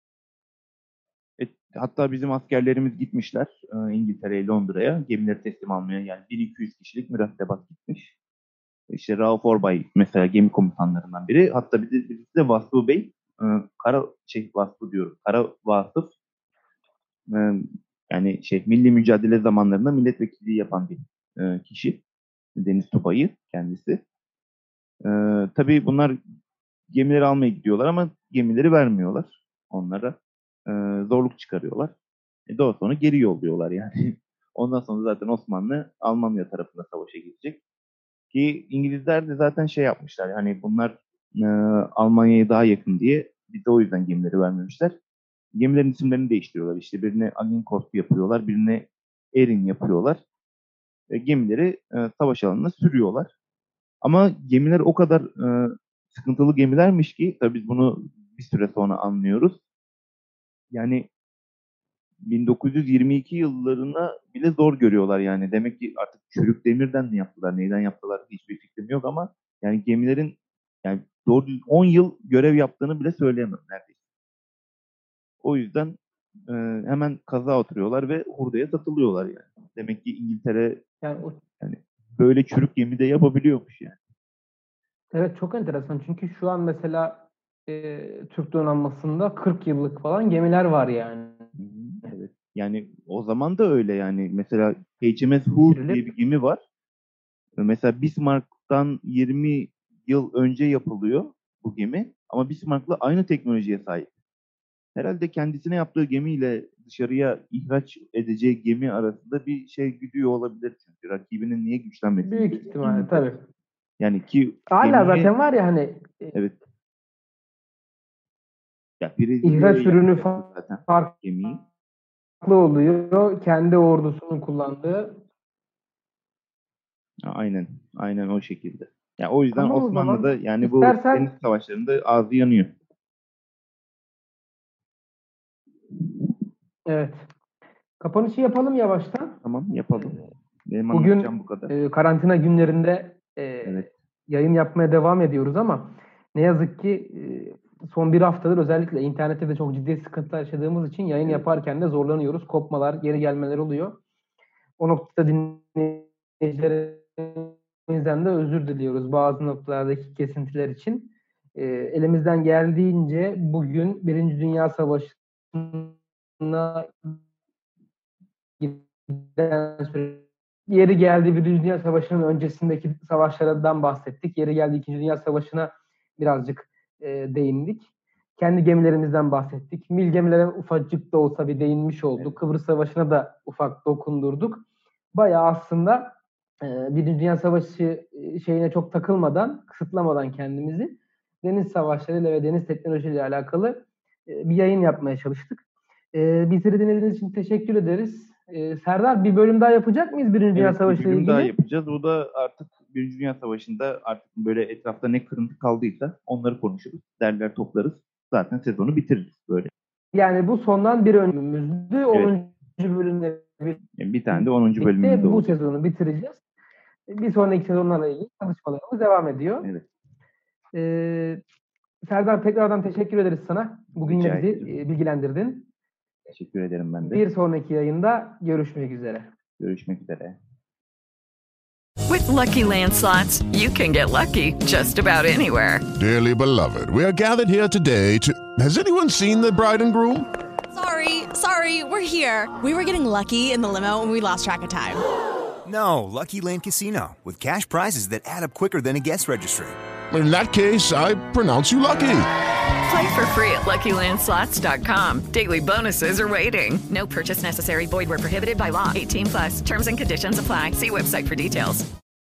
E, hatta bizim askerlerimiz gitmişler e, İngiltere'ye, Londra'ya gemileri teslim almaya. Yani bin iki yüz kişilik mürettebat gitmiş. İşte Rauf Orbay mesela gemi komutanlarından biri. Hatta bir de, birisi de Vasfı Bey. E, Kara şey Vasfı diyorum. Kara Vasıf. E, yani şey milli mücadele zamanlarında milletvekilliği yapan bir e, kişi. Deniz Tubayı kendisi. E, tabii bunlar gemileri almaya gidiyorlar ama gemileri vermiyorlar onlara. E, zorluk çıkarıyorlar. E, daha sonra geri yolluyorlar yani. Ondan sonra zaten Osmanlı Almanya tarafında savaşa girecek. Ki İngilizler de zaten şey yapmışlar. Hani bunlar e, Almanya'ya daha yakın diye bir de o yüzden gemileri vermemişler. Gemilerin isimlerini değiştiriyorlar. İşte birine Agincourt yapıyorlar, birine Erin yapıyorlar. E, gemileri e, savaş alanına sürüyorlar. Ama gemiler o kadar e, sıkıntılı gemilermiş ki tabii biz bunu bir süre sonra anlıyoruz. Yani bin dokuz yüz yirmi iki yıllarına bile zor görüyorlar yani. Demek ki artık çürük demirden mi yaptılar, neyden yaptılar hiçbir fikrim yok ama yani gemilerin yani doğru düz on yıl görev yaptığını bile söyleyemem neredeyse. O yüzden e, hemen kaza oturuyorlar ve hurdaya satılıyorlar yani. Demek ki İngiltere Yani o, yani böyle çürük gemi de yapabiliyormuş yani. evet, çok enteresan. Çünkü şu an mesela e, Türk donanmasında kırk yıllık falan gemiler var yani. Hı hı, evet. Yani o zaman da öyle yani. Mesela H M S Hood diye bir gemi var. Mesela Bismarck'tan yirmi yıl önce yapılıyor bu gemi. Ama Bismarck'la aynı teknolojiye sahip. Herhalde kendisine yaptığı gemiyle dışarıya ihraç edeceği gemi arasında bir şey güdüyor olabilir çünkü. Rakibinin niye güçlenmesini Büyük istiyor ihtimalle İngiltere. tabii. Yani ki Hala gemiye zaten var ya hani e, evet ya Brezilya'ya ihraç ürünü yapacaktı fa- zaten farklı gemiyi. oluyor. Kendi ordusunun kullandığı. Aynen. Aynen o şekilde. Yani o yüzden Tamam, o Osmanlı'da zaman yani bu istersen- deniz savaşlarında ağzı yanıyor. Evet. Kapanışı yapalım yavaştan. Tamam, yapalım. Benim Bugün anlatacağım bu kadar. e, karantina günlerinde e, Evet. yayın yapmaya devam ediyoruz ama ne yazık ki e, son bir haftadır özellikle internette de çok ciddi sıkıntılar yaşadığımız için yayın yaparken de zorlanıyoruz. Kopmalar, geri gelmeler oluyor. O noktada dinleyicilerimizden de özür diliyoruz bazı noktalardaki kesintiler için. E, elimizden geldiğince bugün Birinci Dünya Savaşı'na giden süre- Yeri geldi Birinci Dünya Savaşı'nın öncesindeki savaşlardan bahsettik. Yeri geldi İkinci Dünya Savaşı'na birazcık e, değindik. Kendi gemilerimizden bahsettik. Mil gemilerine ufacık da olsa bir değinmiş olduk. Evet. Kıbrıs Savaşı'na da ufak dokundurduk. Bayağı aslında e, Birinci Dünya Savaşı e, şeyine çok takılmadan, kısıtlamadan kendimizi deniz savaşlarıyla ve deniz teknolojisiyle alakalı e, bir yayın yapmaya çalıştık. E, bizleri dinlediğiniz için teşekkür ederiz. Ee, Serdar, bir bölüm daha yapacak mıyız Birinci Dünya Evet, Savaşı bir ile bölüm ilgili? daha yapacağız. O da artık Birinci Dünya Savaşı'nda artık böyle etrafta ne kırıntı kaldıysa onları konuşuruz. Derler toplarız. Zaten sezonu bitiririz böyle. Yani bu sondan bir bölümümüzdü. onuncu bölümde Yani bir tane de onuncu bölümümüzde birlikte bu olacak. sezonu bitireceğiz. Bir sonraki sezonlarla ilgili çalışmalarımız devam ediyor. Evet. Ee, Serdar, tekrardan teşekkür ederiz sana. Bugün Rica yine bizi ederim. e, bilgilendirdin. Teşekkür ederim ben de. Bir sonraki yayında görüşmek üzere. Görüşmek üzere. With Lucky Land Slots, you can get lucky just about anywhere. Dearly beloved, we are gathered here today to... Has anyone seen the bride and groom? Sorry, sorry, we're here. We were getting lucky in the limo and we lost track of time. No, Lucky Land Casino, with cash prizes that add up quicker than a guest registry. In that case, I pronounce you lucky. Play for free at Lucky Land Slots dot com. Daily bonuses are waiting. No purchase necessary. Void where prohibited by law. eighteen plus. Terms and conditions apply. See website for details.